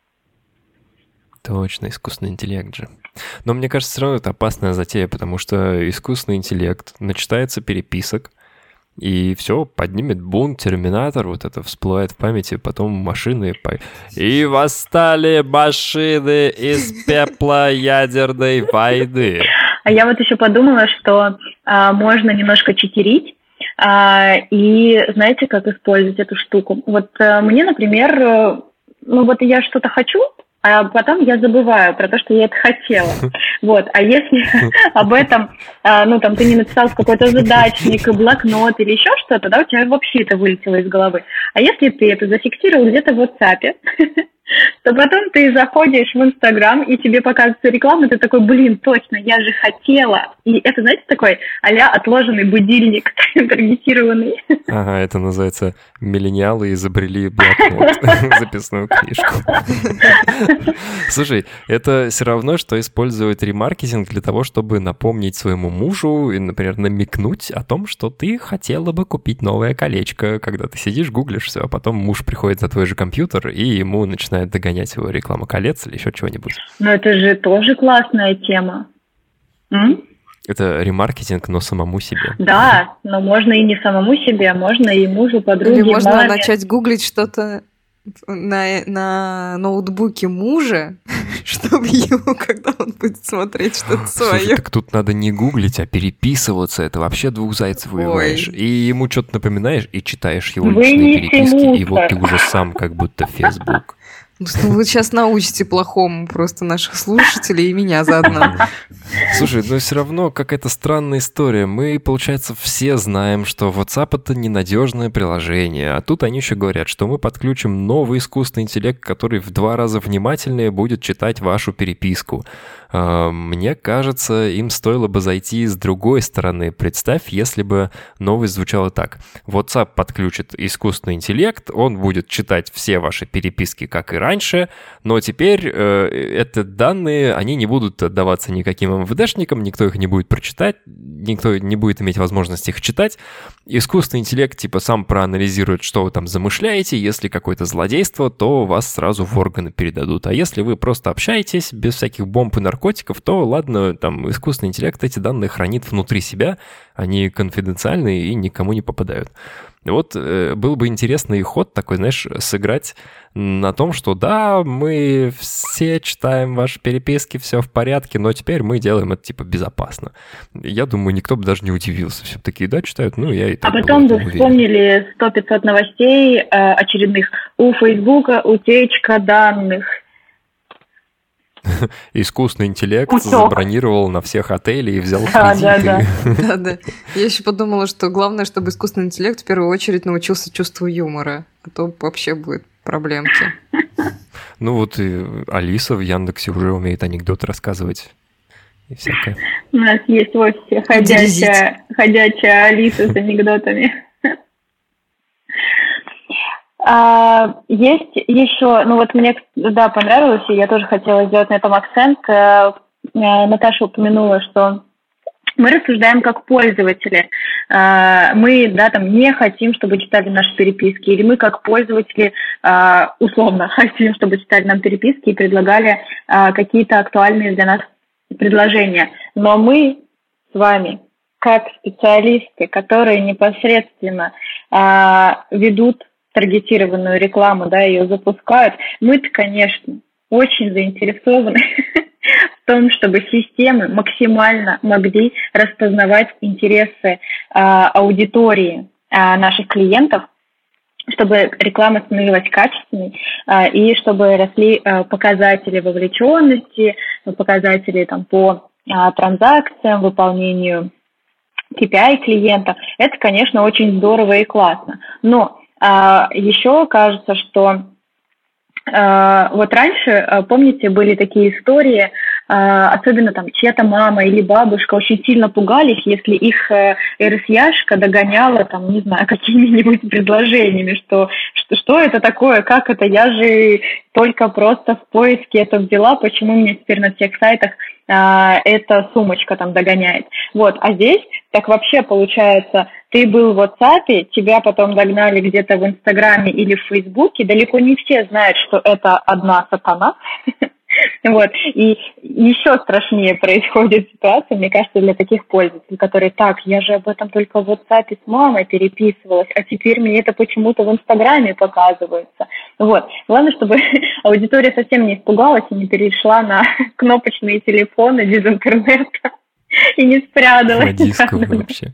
Точно, искусственный интеллект же. Но мне кажется, все равно это опасная затея, потому что искусственный интеллект начитается переписок, и все, поднимет бунт, терминатор, вот это всплывает в памяти, потом машины. И восстали машины из пепла ядерной войны. А я вот еще подумала, что можно немножко читерить, и знаете, как использовать эту штуку? Вот мне, например, вот я что-то хочу, а потом я забываю про то, что я это хотела. Вот. А если об этом, ты не написал в какой-то задачник, блокнот или еще что-то, да, у тебя вообще это вылетело из головы. А если ты это зафиксировал где-то в WhatsApp, то потом ты заходишь в Инстаграм, и тебе показывается реклама, ты такой, точно, я же хотела. И это, знаете, такой а-ля отложенный будильник, таргетированный. Ага, это называется «Миллениалы изобрели блокнот», записную книжку. Слушай, это все равно, что использовать ремаркетинг для того, чтобы напомнить своему мужу и, например, намекнуть о том, что ты хотела бы купить новое колечко, когда ты сидишь, гуглишь все, а потом муж приходит за твой же компьютер, и ему начинает догонять его реклама колец или еще чего-нибудь. Но это же тоже классная тема. Это ремаркетинг, но самому себе. Да, но можно и не самому себе, можно и мужу, подруге, или можно маме. начать гуглить что-то на ноутбуке мужа, чтобы ему, когда он будет смотреть что-то свое. Слушай, так тут надо не гуглить, а переписываться. Это вообще двух зайцев убиваешь. И ему что-то напоминаешь, и читаешь его личные переписки, и вот ты уже сам как будто в Facebook. Вы сейчас научите плохому просто наших слушателей и меня заодно. Слушай, но все равно какая-то странная история. Мы, получается, все знаем, что WhatsApp — это ненадежное приложение, а тут они еще говорят, что мы подключим новый искусственный интеллект, который в 2 раза внимательнее будет читать вашу переписку. Мне кажется, им стоило бы зайти с другой стороны. Представь, если бы новость звучала так. WhatsApp подключит искусственный интеллект, он будет читать все ваши переписки, как и раньше, но теперь эти данные, они не будут отдаваться никаким МВДшникам, никто их не будет прочитать, никто не будет иметь возможности их читать. Искусственный интеллект типа сам проанализирует, что вы там замышляете, если какое-то злодейство, то вас сразу в органы передадут. А если вы просто общаетесь без всяких бомб и наркотиков, то ладно, там искусственный интеллект эти данные хранит внутри себя, они конфиденциальные и никому не попадают. Вот был бы интересный ход такой, знаешь, сыграть на том, что да, мы все читаем ваши переписки, все в порядке, но теперь мы делаем это типа безопасно. Я думаю, никто бы даже не удивился. Все такие, да, читают, я и так. А потом вы вспомнили 100-500 новостей очередных. У Фейсбука утечка данных. Искусственный интеллект забронировал на всех отели и взял кредиты. Да. Я еще подумала, что главное, чтобы искусственный интеллект в первую очередь научился чувству юмора, а то вообще будет проблемки. Ну вот и Алиса в Яндексе уже умеет анекдоты рассказывать и всякое. У нас есть в офисе ходячая Алиса с анекдотами. Есть еще, мне, понравилось, и я тоже хотела сделать на этом акцент. Наташа упомянула, что Мы рассуждаем как пользователи. Мы, да, там, не хотим, чтобы читали наши переписки, или мы как пользователи условно хотим, чтобы читали нам переписки и предлагали какие-то актуальные для нас предложения. Но мы с вами, как специалисты, которые непосредственно ведут таргетированную рекламу, да, ее запускают, мы-то, конечно, очень заинтересованы в том, чтобы системы максимально могли распознавать интересы аудитории наших клиентов, чтобы реклама становилась качественной и чтобы росли показатели вовлеченности, показатели там, по транзакциям, выполнению KPI клиента. Это, конечно, очень здорово и классно. Но еще кажется, что вот раньше, помните, были такие истории, особенно там чья-то мама или бабушка очень сильно пугались, если их РСЯшка догоняла, там, не знаю, какими-нибудь предложениями, что это такое, как это, я же только просто в поиске это взяла, почему мне теперь на всех сайтах эта сумочка там догоняет. Вот, а здесь так вообще получается, ты был в WhatsApp, тебя потом догнали где-то в Инстаграме или в Фейсбуке, далеко не все знают, что это одна сатана. Вот. И еще страшнее происходит ситуация, мне кажется, для таких пользователей, которые так, я же об этом только в WhatsApp с мамой переписывалась, а теперь мне это почему-то в Инстаграме показывается. Вот. Главное, чтобы аудитория совсем не испугалась и не перешла на кнопочные телефоны без интернета и не спряталась. Вообще.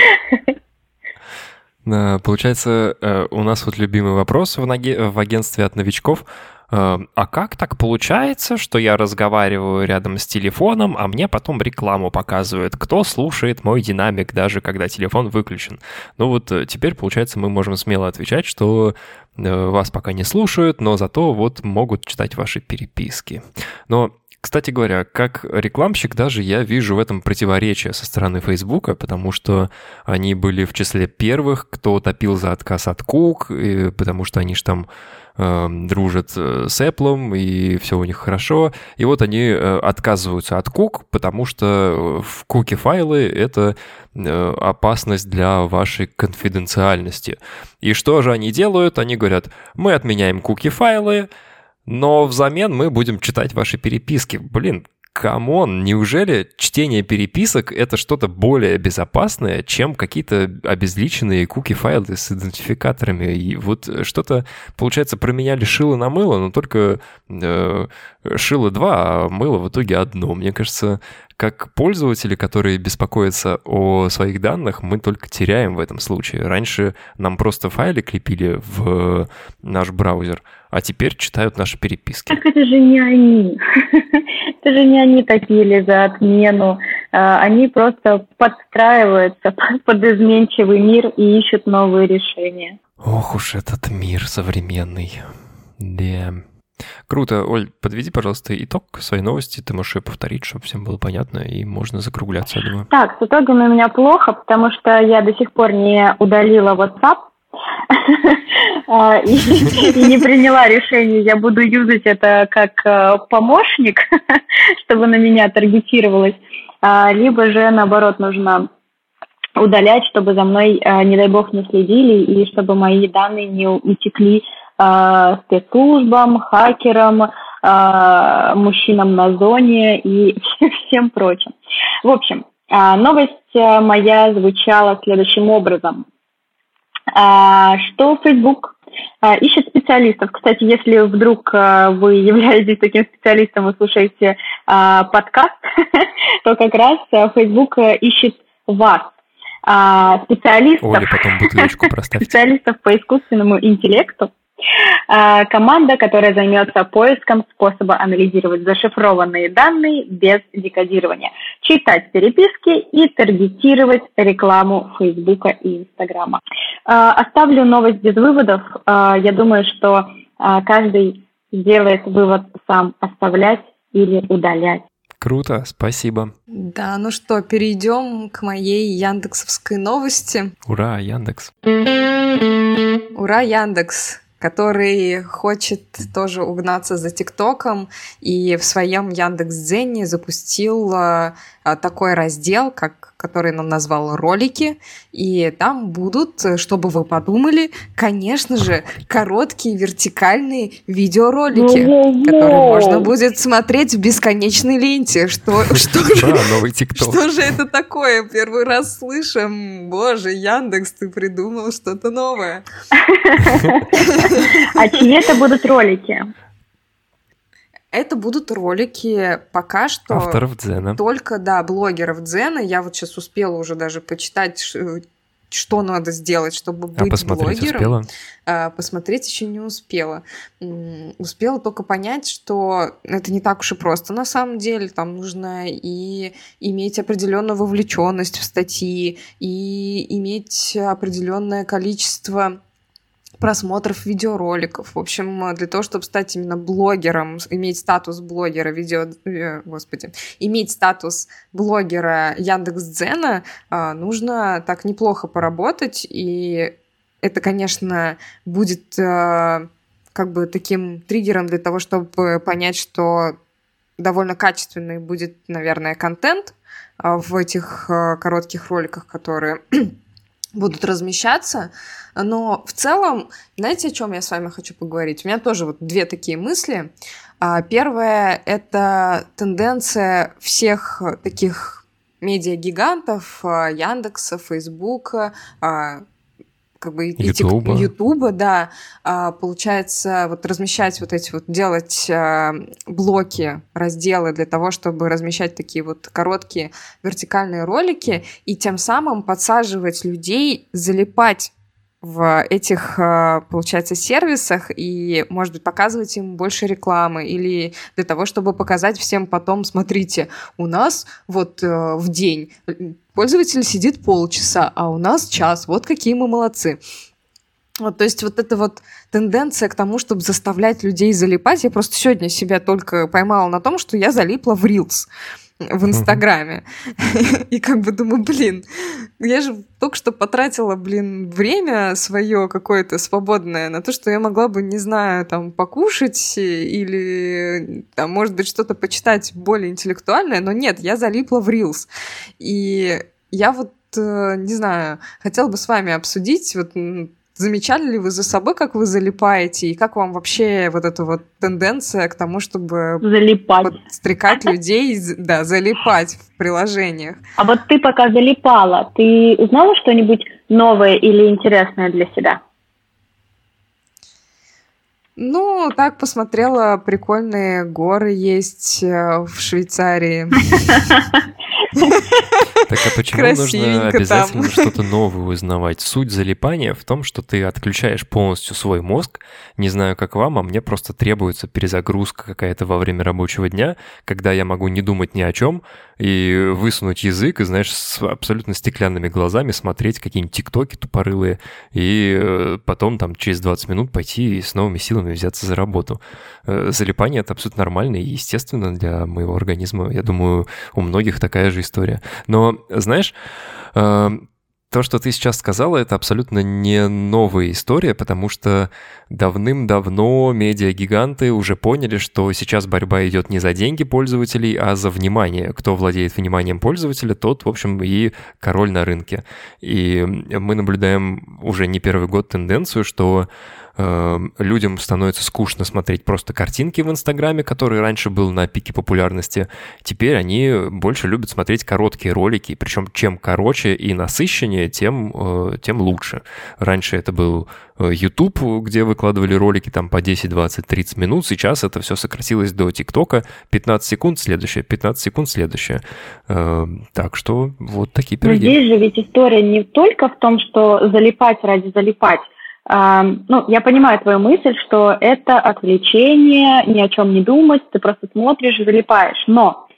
Получается, у нас вот любимый вопрос в агентстве от новичков. А как так получается, что я разговариваю рядом с телефоном, а мне потом рекламу показывают? Кто слушает мой динамик, даже когда телефон выключен? Ну вот теперь, получается, мы можем смело отвечать, что вас пока не слушают, но зато вот могут читать ваши переписки. Но, кстати говоря, как рекламщик даже я вижу в этом противоречие со стороны Фейсбука, потому что они были в числе первых, кто топил за отказ от кук, потому что они же там дружат с Apple, и все у них хорошо. И вот они отказываются от кук, потому что в куки-файлы — это опасность для вашей конфиденциальности. И что же они делают? Они говорят, мы отменяем куки-файлы, но взамен мы будем читать ваши переписки. Блин, камон, неужели чтение переписок — это что-то более безопасное, чем какие-то обезличенные куки-файлы с идентификаторами? И вот что-то, получается, променяли шило на мыло, но только шило 2, а мыло в итоге одно. Мне кажется, как пользователи, которые беспокоятся о своих данных, мы только теряем в этом случае. Раньше нам просто файлик лепили в наш браузер, а теперь читают наши переписки. Так это же не они. Это же не они топили за отмену. Они просто подстраиваются под изменчивый мир и ищут новые решения. Ох уж этот мир современный. Да. Круто. Оль, подведи, пожалуйста, итог своей новости. Ты можешь ее повторить, чтобы всем было понятно, и можно закругляться, я думаю. Так, с итогом у меня плохо, потому что я до сих пор не удалила WhatsApp и не приняла решение. Я буду юзать это как помощник, чтобы на меня таргетировалось. Либо же, наоборот, нужно удалять, чтобы за мной, не дай бог, не следили, и чтобы мои данные не утекли спецслужбам, хакерам, мужчинам на зоне и всем прочим. В общем, новость моя звучала следующим образом. Что Facebook ищет специалистов. Кстати, если вдруг вы являетесь таким специалистом, вы слушаете подкаст, то как раз Facebook ищет вас. Специалистов, Оля, потом бутылочку проставьте. Специалистов по искусственному интеллекту. Команда, которая займется поиском способа анализировать зашифрованные данные без декодирования, читать переписки и таргетировать рекламу Фейсбука и Инстаграма. Оставлю новость без выводов. Я думаю, что каждый сделает вывод сам, оставлять или удалять. Круто, спасибо. Да, ну что, перейдем к моей яндексовской новости. Ура, Яндекс. Ура, Яндекс. который хочет тоже угнаться за ТикТоком и в своем Яндекс.Дзене запустил такой раздел, который он назвал «Ролики», и там будут, чтобы вы подумали, конечно же, короткие вертикальные видеоролики, которые можно будет смотреть в бесконечной ленте. Новый ТикТок. Что же это такое? Первый раз слышим. Боже, Яндекс, ты придумал что-то новое. А чьи это будут ролики? Это будут ролики пока что авторов Дзена. Только, да, блогеров Дзена. Я вот сейчас успела уже даже почитать, что надо сделать, чтобы быть посмотреть блогером. Успела? Посмотреть еще не успела. Успела только понять, что это не так уж и просто на самом деле. Там нужно и иметь определенную вовлеченность в статьи, и иметь определенное количество просмотров видеороликов. В общем, для того, чтобы стать именно блогером, иметь статус блогера иметь статус блогера Яндекс.Дзена, нужно так неплохо поработать, и это, конечно, будет как бы таким триггером для того, чтобы понять, что довольно качественный будет, наверное, контент в этих коротких роликах, которые будут размещаться. Но в целом, знаете, о чем я с вами хочу поговорить? У меня тоже вот две такие мысли. Первое – это тенденция всех таких медиагигантов, Яндекса, Фейсбука, как бы Ютуба, да, получается, вот размещать вот эти вот, делать блоки, разделы для того, чтобы размещать такие вот короткие вертикальные ролики и тем самым подсаживать людей, залипать в этих, получается, сервисах и, может быть, показывать им больше рекламы или для того, чтобы показать всем потом, смотрите, у нас вот в день пользователь сидит полчаса, а у нас час, вот какие мы молодцы. Вот, то есть вот эта вот тенденция к тому, чтобы заставлять людей залипать, я просто сегодня себя только поймала на том, что я залипла в Reels в Инстаграме. И как бы думаю, я же только что потратила, время свое какое-то свободное на то, что я могла бы, не знаю, там, покушать или, там, может быть, что-то почитать более интеллектуальное, но нет, я залипла в Reels. И я вот, не знаю, хотела бы с вами обсудить, вот, замечали ли вы за собой, как вы залипаете, и как вам вообще вот эта вот тенденция к тому, чтобы подстрекать людей, да, залипать в приложениях? А вот ты пока залипала, ты узнала что-нибудь новое или интересное для себя? Ну, так посмотрела, прикольные горы есть в Швейцарии. Так а почему нужно обязательно что-то новое узнавать? Суть залипания в том, что ты отключаешь полностью свой мозг. Не знаю, как вам, а мне просто требуется перезагрузка какая-то во время рабочего дня, когда я могу не думать ни о чем и высунуть язык и, знаешь, с абсолютно стеклянными глазами смотреть какие-нибудь тиктоки тупорылые и потом там через 20 минут пойти и с новыми силами взяться за работу. Залипание — это абсолютно нормально и естественно для моего организма. Я думаю, у многих такая же история. Но, знаешь, то, что ты сейчас сказала, это абсолютно не новая история, потому что давным-давно медиагиганты уже поняли, что сейчас борьба идет не за деньги пользователей, а за внимание. Кто владеет вниманием пользователя, тот, в общем, и король на рынке. И мы наблюдаем уже не первый год тенденцию, что людям становится скучно смотреть просто картинки в Инстаграме, который раньше был на пике популярности. Теперь они больше любят смотреть короткие ролики, причем чем короче и насыщеннее, тем лучше. Раньше это был YouTube, где выкладывали ролики там по 10, 20, 30 минут. Сейчас это все сократилось до ТикТока. 15 секунд следующее, 15 секунд следующее. Так что вот такие пироги. Но здесь же ведь история не только в том, что залипать ради залипать. Я понимаю твою мысль, что это отвлечение, ни о чем не думать, ты просто смотришь, залипаешь. Но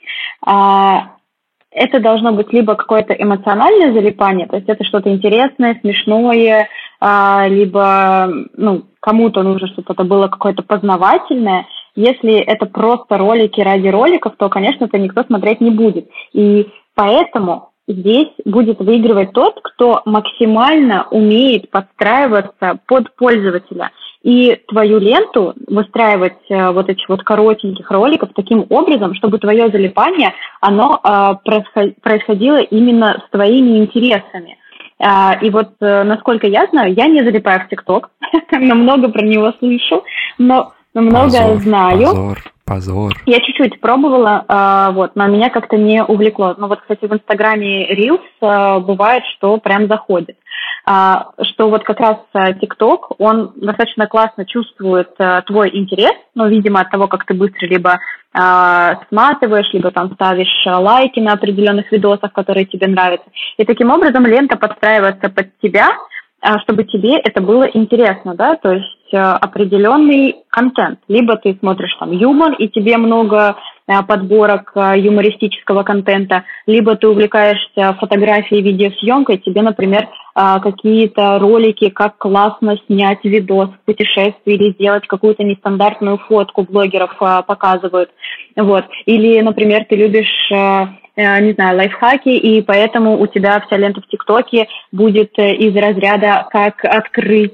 это должно быть либо какое-то эмоциональное залипание, то есть это что-то интересное, смешное, либо кому-то нужно, чтобы это было какое-то познавательное. Если это просто ролики ради роликов, то, конечно, это никто смотреть не будет. И поэтому здесь будет выигрывать тот, кто максимально умеет подстраиваться под пользователя. И твою ленту выстраивать вот этих вот коротеньких роликов таким образом, чтобы твое залипание, оно происходило именно с твоими интересами. И вот, насколько я знаю, я не залипаю в ТикТок, но много про него слышу, но много знаю. Позор. Я чуть-чуть пробовала, вот, но меня как-то не увлекло. Но вот, кстати, в Инстаграме Reels бывает, что прям заходит. Что вот как раз ТикТок, он достаточно классно чувствует твой интерес, ну, видимо, от того, как ты быстро либо сматываешь, либо там ставишь лайки на определенных видосах, которые тебе нравятся. И таким образом лента подстраивается под тебя, чтобы тебе это было интересно, да, то есть определенный контент. Либо ты смотришь там юмор, и тебе много подборок юмористического контента, либо ты увлекаешься фотографией, видеосъемкой, тебе, например, какие-то ролики, как классно снять видос в путешествии или сделать какую-то нестандартную фотку блогеров показывают. Вот. Или, например, ты любишь не знаю, лайфхаки, и поэтому у тебя вся лента в ТикТоке будет из разряда «Как открыть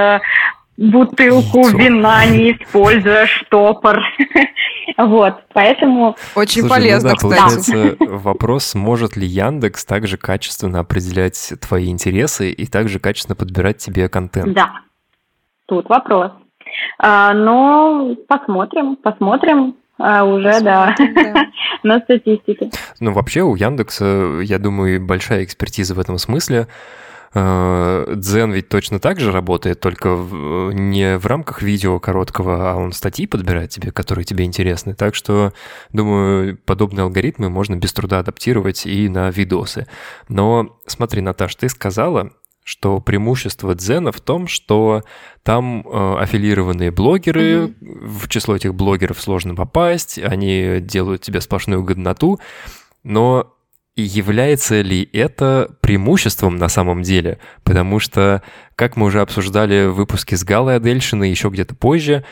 бутылку вина, не используя штопор». Вот, поэтому... Очень полезно, кстати. Получается, вопрос, сможет ли Яндекс также качественно определять твои интересы и также качественно подбирать тебе контент? Да, тут вопрос. Но посмотрим. Уже, да, на статистике. Ну, вообще у Яндекса, я думаю, большая экспертиза в этом смысле. Дзен ведь точно так же работает, только не в рамках видео короткого, а он статьи подбирает тебе, которые тебе интересны. Так что, думаю, подобные алгоритмы можно без труда адаптировать и на видосы. Но смотри, Наташ, ты сказала, что преимущество Дзена в том, что там аффилированные блогеры, в число этих блогеров сложно попасть, они делают тебе сплошную годноту, но является ли это преимуществом на самом деле? Потому что, как мы уже обсуждали в выпуске с Галой Адельшиной еще где-то позже,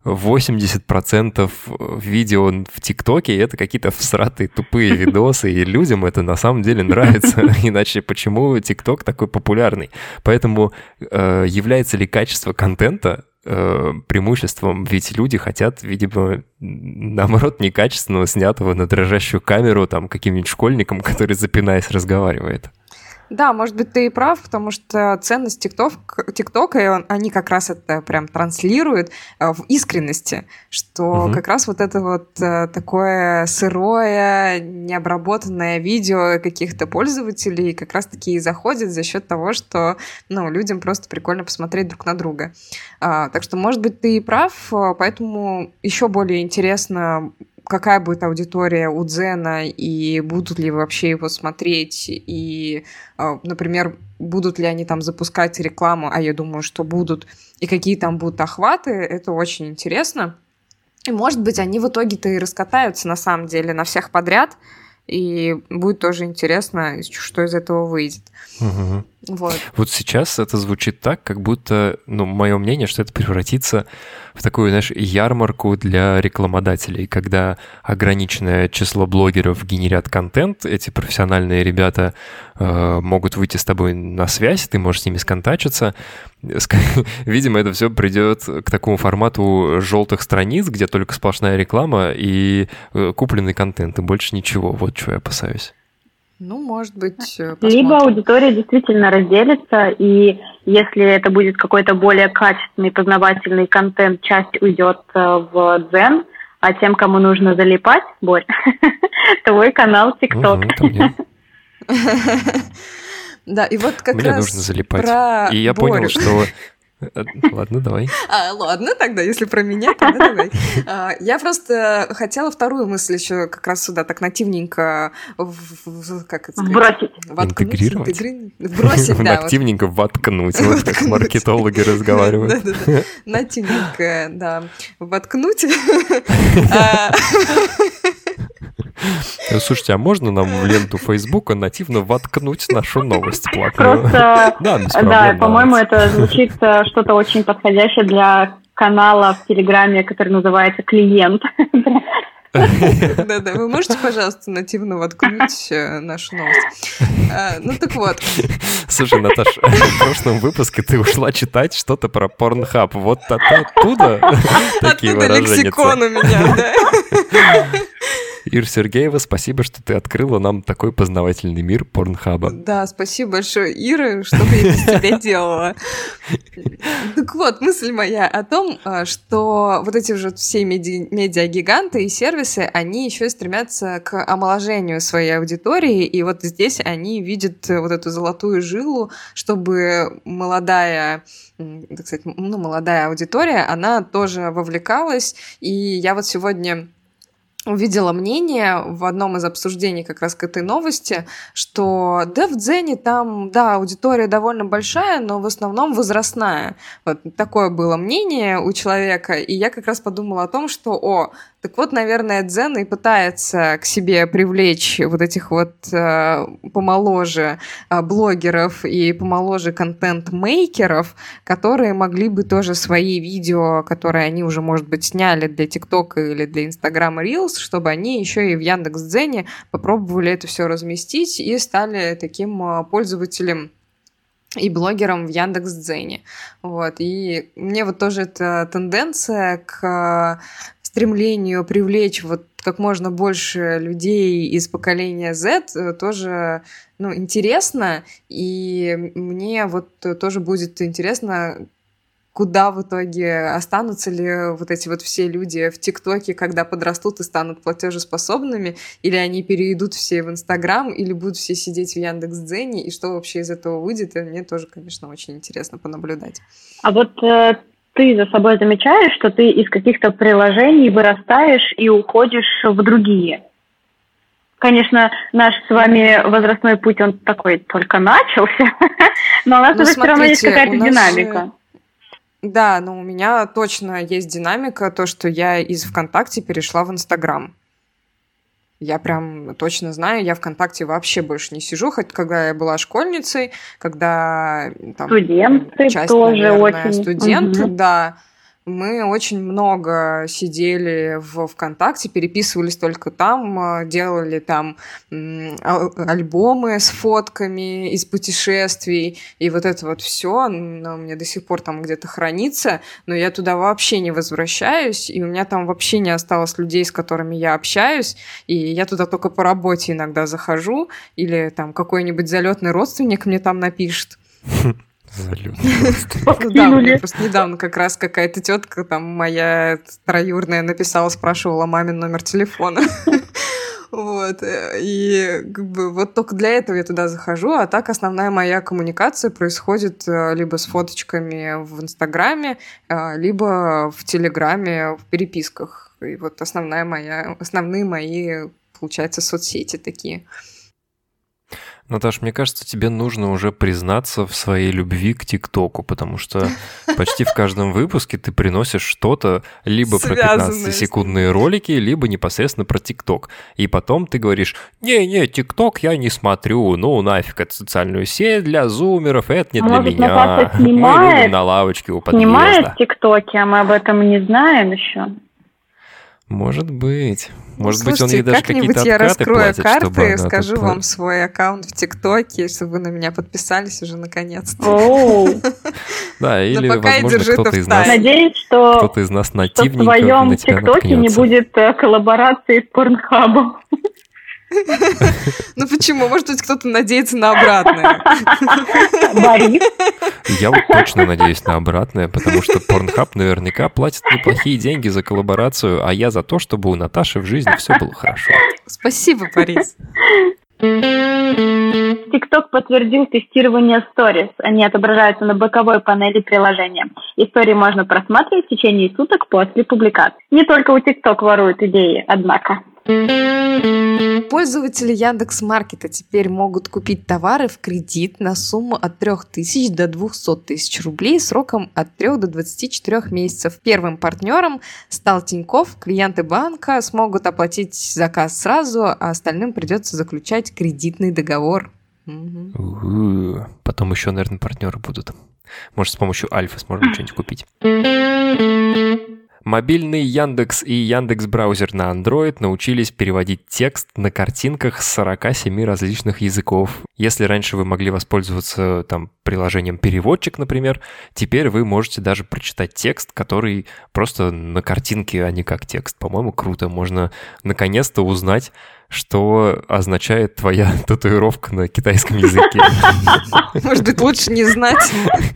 80% видео в ТикТоке — это какие-то всратые тупые видосы, и людям это на самом деле нравится. Иначе почему ТикТок такой популярный? Поэтому является ли качество контента преимуществом? Ведь люди хотят, видимо, наоборот, некачественного, снятого на дрожащую камеру там каким-нибудь школьником, который, запинаясь, разговаривает. Да, может быть, ты и прав, потому что ценность ТикТока, они как раз это прям транслируют в искренности, что как раз вот это вот такое сырое, необработанное видео каких-то пользователей как раз-таки и заходит за счет того, что людям просто прикольно посмотреть друг на друга. Так что, может быть, ты и прав, поэтому еще более интересно, какая будет аудитория у Дзена, и будут ли вообще его смотреть, и, например, будут ли они там запускать рекламу, а я думаю, что будут, и какие там будут охваты, это очень интересно. И, может быть, они в итоге-то и раскатаются, на самом деле, на всех подряд, и будет тоже интересно, что из этого выйдет. Вот сейчас это звучит так, как будто, мое мнение, что это превратится в такую, ярмарку для рекламодателей, когда ограниченное число блогеров генерят контент, эти профессиональные ребята могут выйти с тобой на связь, ты можешь с ними сконтачиться. Видимо, это все придет к такому формату желтых страниц, где только сплошная реклама и купленный контент, и больше ничего. Вот чего я опасаюсь. Может быть, посмотрим. Либо аудитория действительно разделится, и если это будет какой-то более качественный, познавательный контент, часть уйдет в Дзен, а тем, кому нужно залипать, Борь, твой канал ТикТок. Да, и вот как раз мне нужно залипать. И я понял, что... Ладно, давай. Ладно, тогда, если про меня, тогда давай. Я просто хотела вторую мысль еще как раз сюда так нативненько вбросить. Интегрировать? Вбросить, да. Нативненько воткнуть, вот как маркетологи разговаривают. Да. Нативненько, да, воткнуть. Слушайте, а можно нам в ленту Фейсбука нативно воткнуть нашу новость платную? Просто, да, по-моему, это звучит что-то очень подходящее для канала в Телеграме, который называется «Клиент». Да-да, вы можете, пожалуйста, нативно воткнуть нашу новость? Ну так вот. Слушай, Наташ, в прошлом выпуске ты ушла читать что-то про Pornhub. Вот оттуда такие выражения. Оттуда лексикон у меня, да. Ир Сергеева, спасибо, что ты открыла нам такой познавательный мир Порнхаба. Да, спасибо большое, Ира, что бы я без тебя делала. Так вот, мысль моя о том, что вот эти уже все медиагиганты и сервисы, они еще и стремятся к омоложению своей аудитории, и вот здесь они видят вот эту золотую жилу, чтобы молодая, так сказать, молодая аудитория, она тоже вовлекалась, и я вот сегодня увидела мнение в одном из обсуждений как раз к этой новости, что да, в Дзене там, да, аудитория довольно большая, но в основном возрастная. Вот такое было мнение у человека, и я как раз подумала о том, что, так вот, наверное, Дзен и пытается к себе привлечь вот этих вот помоложе блогеров и помоложе контент-мейкеров, которые могли бы тоже свои видео, которые они уже, может быть, сняли для ТикТока или для Инстаграма Reels, чтобы они еще и в Яндекс.Дзене попробовали это все разместить и стали таким пользователем и блогером в Яндекс.Дзене. Вот. И мне вот тоже эта тенденция к стремлению привлечь вот как можно больше людей из поколения Z тоже, интересно, и мне вот тоже будет интересно, куда в итоге останутся ли вот эти вот все люди в ТикТоке, когда подрастут и станут платежеспособными, или они перейдут все в Инстаграм, или будут все сидеть в Яндекс.Дзене, и что вообще из этого выйдет, и мне тоже, конечно, очень интересно понаблюдать. А вот ты за собой замечаешь, что ты из каких-то приложений вырастаешь и уходишь в другие? Конечно, наш с вами возрастной путь, он такой только начался, но у нас уже все равно есть какая-то динамика. Да, но у меня точно есть динамика, то, что я из ВКонтакте перешла в Инстаграм. Я прям точно знаю, я ВКонтакте вообще больше не сижу, хоть когда я была школьницей, когда там студенты часть, тоже наверное, очень. Студенты, да. Мы очень много сидели в ВКонтакте, переписывались только там, делали там альбомы с фотками из путешествий, и вот это вот все, оно у меня до сих пор там где-то хранится, но я туда вообще не возвращаюсь, и у меня там вообще не осталось людей, с которыми я общаюсь, и я туда только по работе иногда захожу, или там какой-нибудь залетный родственник мне там напишет. Да, мне просто недавно как раз какая-то тетка там моя троюрная написала, спрашивала мамин номер телефона. Вот, и как бы вот только для этого я туда захожу, а так основная моя коммуникация происходит либо с фоточками в Инстаграме, либо в Телеграме, в переписках. И вот основные мои, получается, соцсети такие. Наташ, мне кажется, тебе нужно уже признаться в своей любви к ТикТоку, потому что почти в каждом выпуске ты приносишь что-то либо про 15-секундные ролики, либо непосредственно про ТикТок. И потом ты говоришь, не, ТикТок я не смотрю, нафиг, это социальную сеть для зумеров, это не для меня. Мы любим на лавочке у подъезда. Снимает ТикТоки, а мы об этом не знаем еще. Может быть. Может Слушайте, быть, он ей даже какие-то откаты платит, чтобы она... я раскрою карты, скажу вам свой аккаунт в ТикТоке, чтобы вы на меня подписались уже наконец-то. Да, или, возможно, кто-то из нас нативненько в твоем ТикТоке не будет коллаборации с Порнхабом. Ну почему? Может быть, кто-то надеется на обратное. Борис? Я вот точно надеюсь на обратное, потому что Pornhub наверняка платит неплохие деньги за коллаборацию, а я за то, чтобы у Наташи в жизни все было хорошо. Спасибо, Борис. TikTok подтвердил тестирование Stories. Они отображаются на боковой панели приложения. Истории можно просматривать в течение суток после публикации. Не только у TikTok воруют идеи, однако. Пользователи Яндекс.Маркета теперь могут купить товары в кредит на сумму от 3000 до 200 тысяч рублей сроком от 3 до 24 месяцев. Первым партнером стал Тинькофф. Клиенты банка смогут оплатить заказ сразу, а остальным придется заключать кредитный договор. Потом еще, наверное, партнеры будут. Может, с помощью Альфа сможем что-нибудь купить. Мобильный Яндекс и Яндекс.Браузер на Android научились переводить текст на картинках с 47 различных языков. Если раньше вы могли воспользоваться там приложением «Переводчик», например, теперь вы можете даже прочитать текст, который просто на картинке, а не как текст. По-моему, круто. Можно наконец-то узнать, что означает твоя татуировка на китайском языке. Может быть, лучше не знать.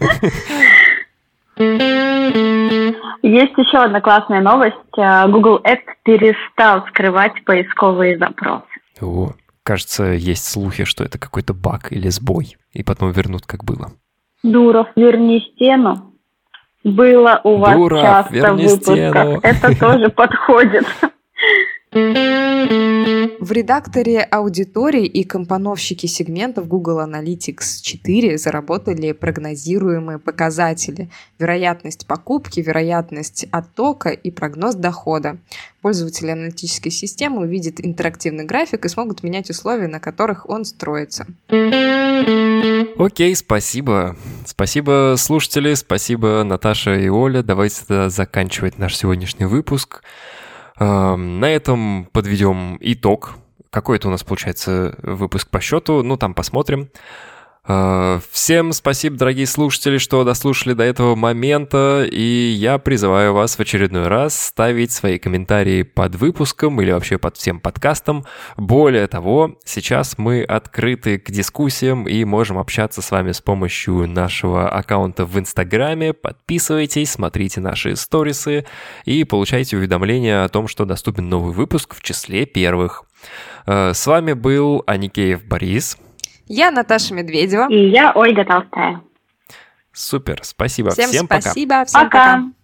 Есть еще одна классная новость. Google Ads перестал скрывать поисковые запросы. О, кажется, есть слухи, что это какой-то баг или сбой, и потом вернут, как было. Дуров, верни стену. Было у вас Дуров, часто в верни выпусках. стену. Это тоже подходит. В редакторе аудиторий и компоновщики сегментов Google Analytics 4 заработали прогнозируемые показатели: вероятность покупки, вероятность оттока и прогноз дохода. Пользователи аналитической системы увидят интерактивный график и смогут менять условия, на которых он строится. Окей, спасибо. Спасибо, слушатели, спасибо, Наташа и Оля. Давайте тогда заканчивать наш сегодняшний выпуск. На этом подведем итог. Какой это у нас получается выпуск по счету? Ну, там посмотрим. Всем спасибо, дорогие слушатели, что дослушали до этого момента, и я призываю вас в очередной раз ставить свои комментарии под выпуском или вообще под всем подкастом. Более того, сейчас мы открыты к дискуссиям и можем общаться с вами с помощью нашего аккаунта в Инстаграме. Подписывайтесь, смотрите наши сторисы и получайте уведомления о том, что доступен новый выпуск в числе первых. С вами был Аникеев Борис. Я Наташа Медведева. И я Ольга Толстая. Супер, спасибо. Всем Всем пока. спасибо, всем пока.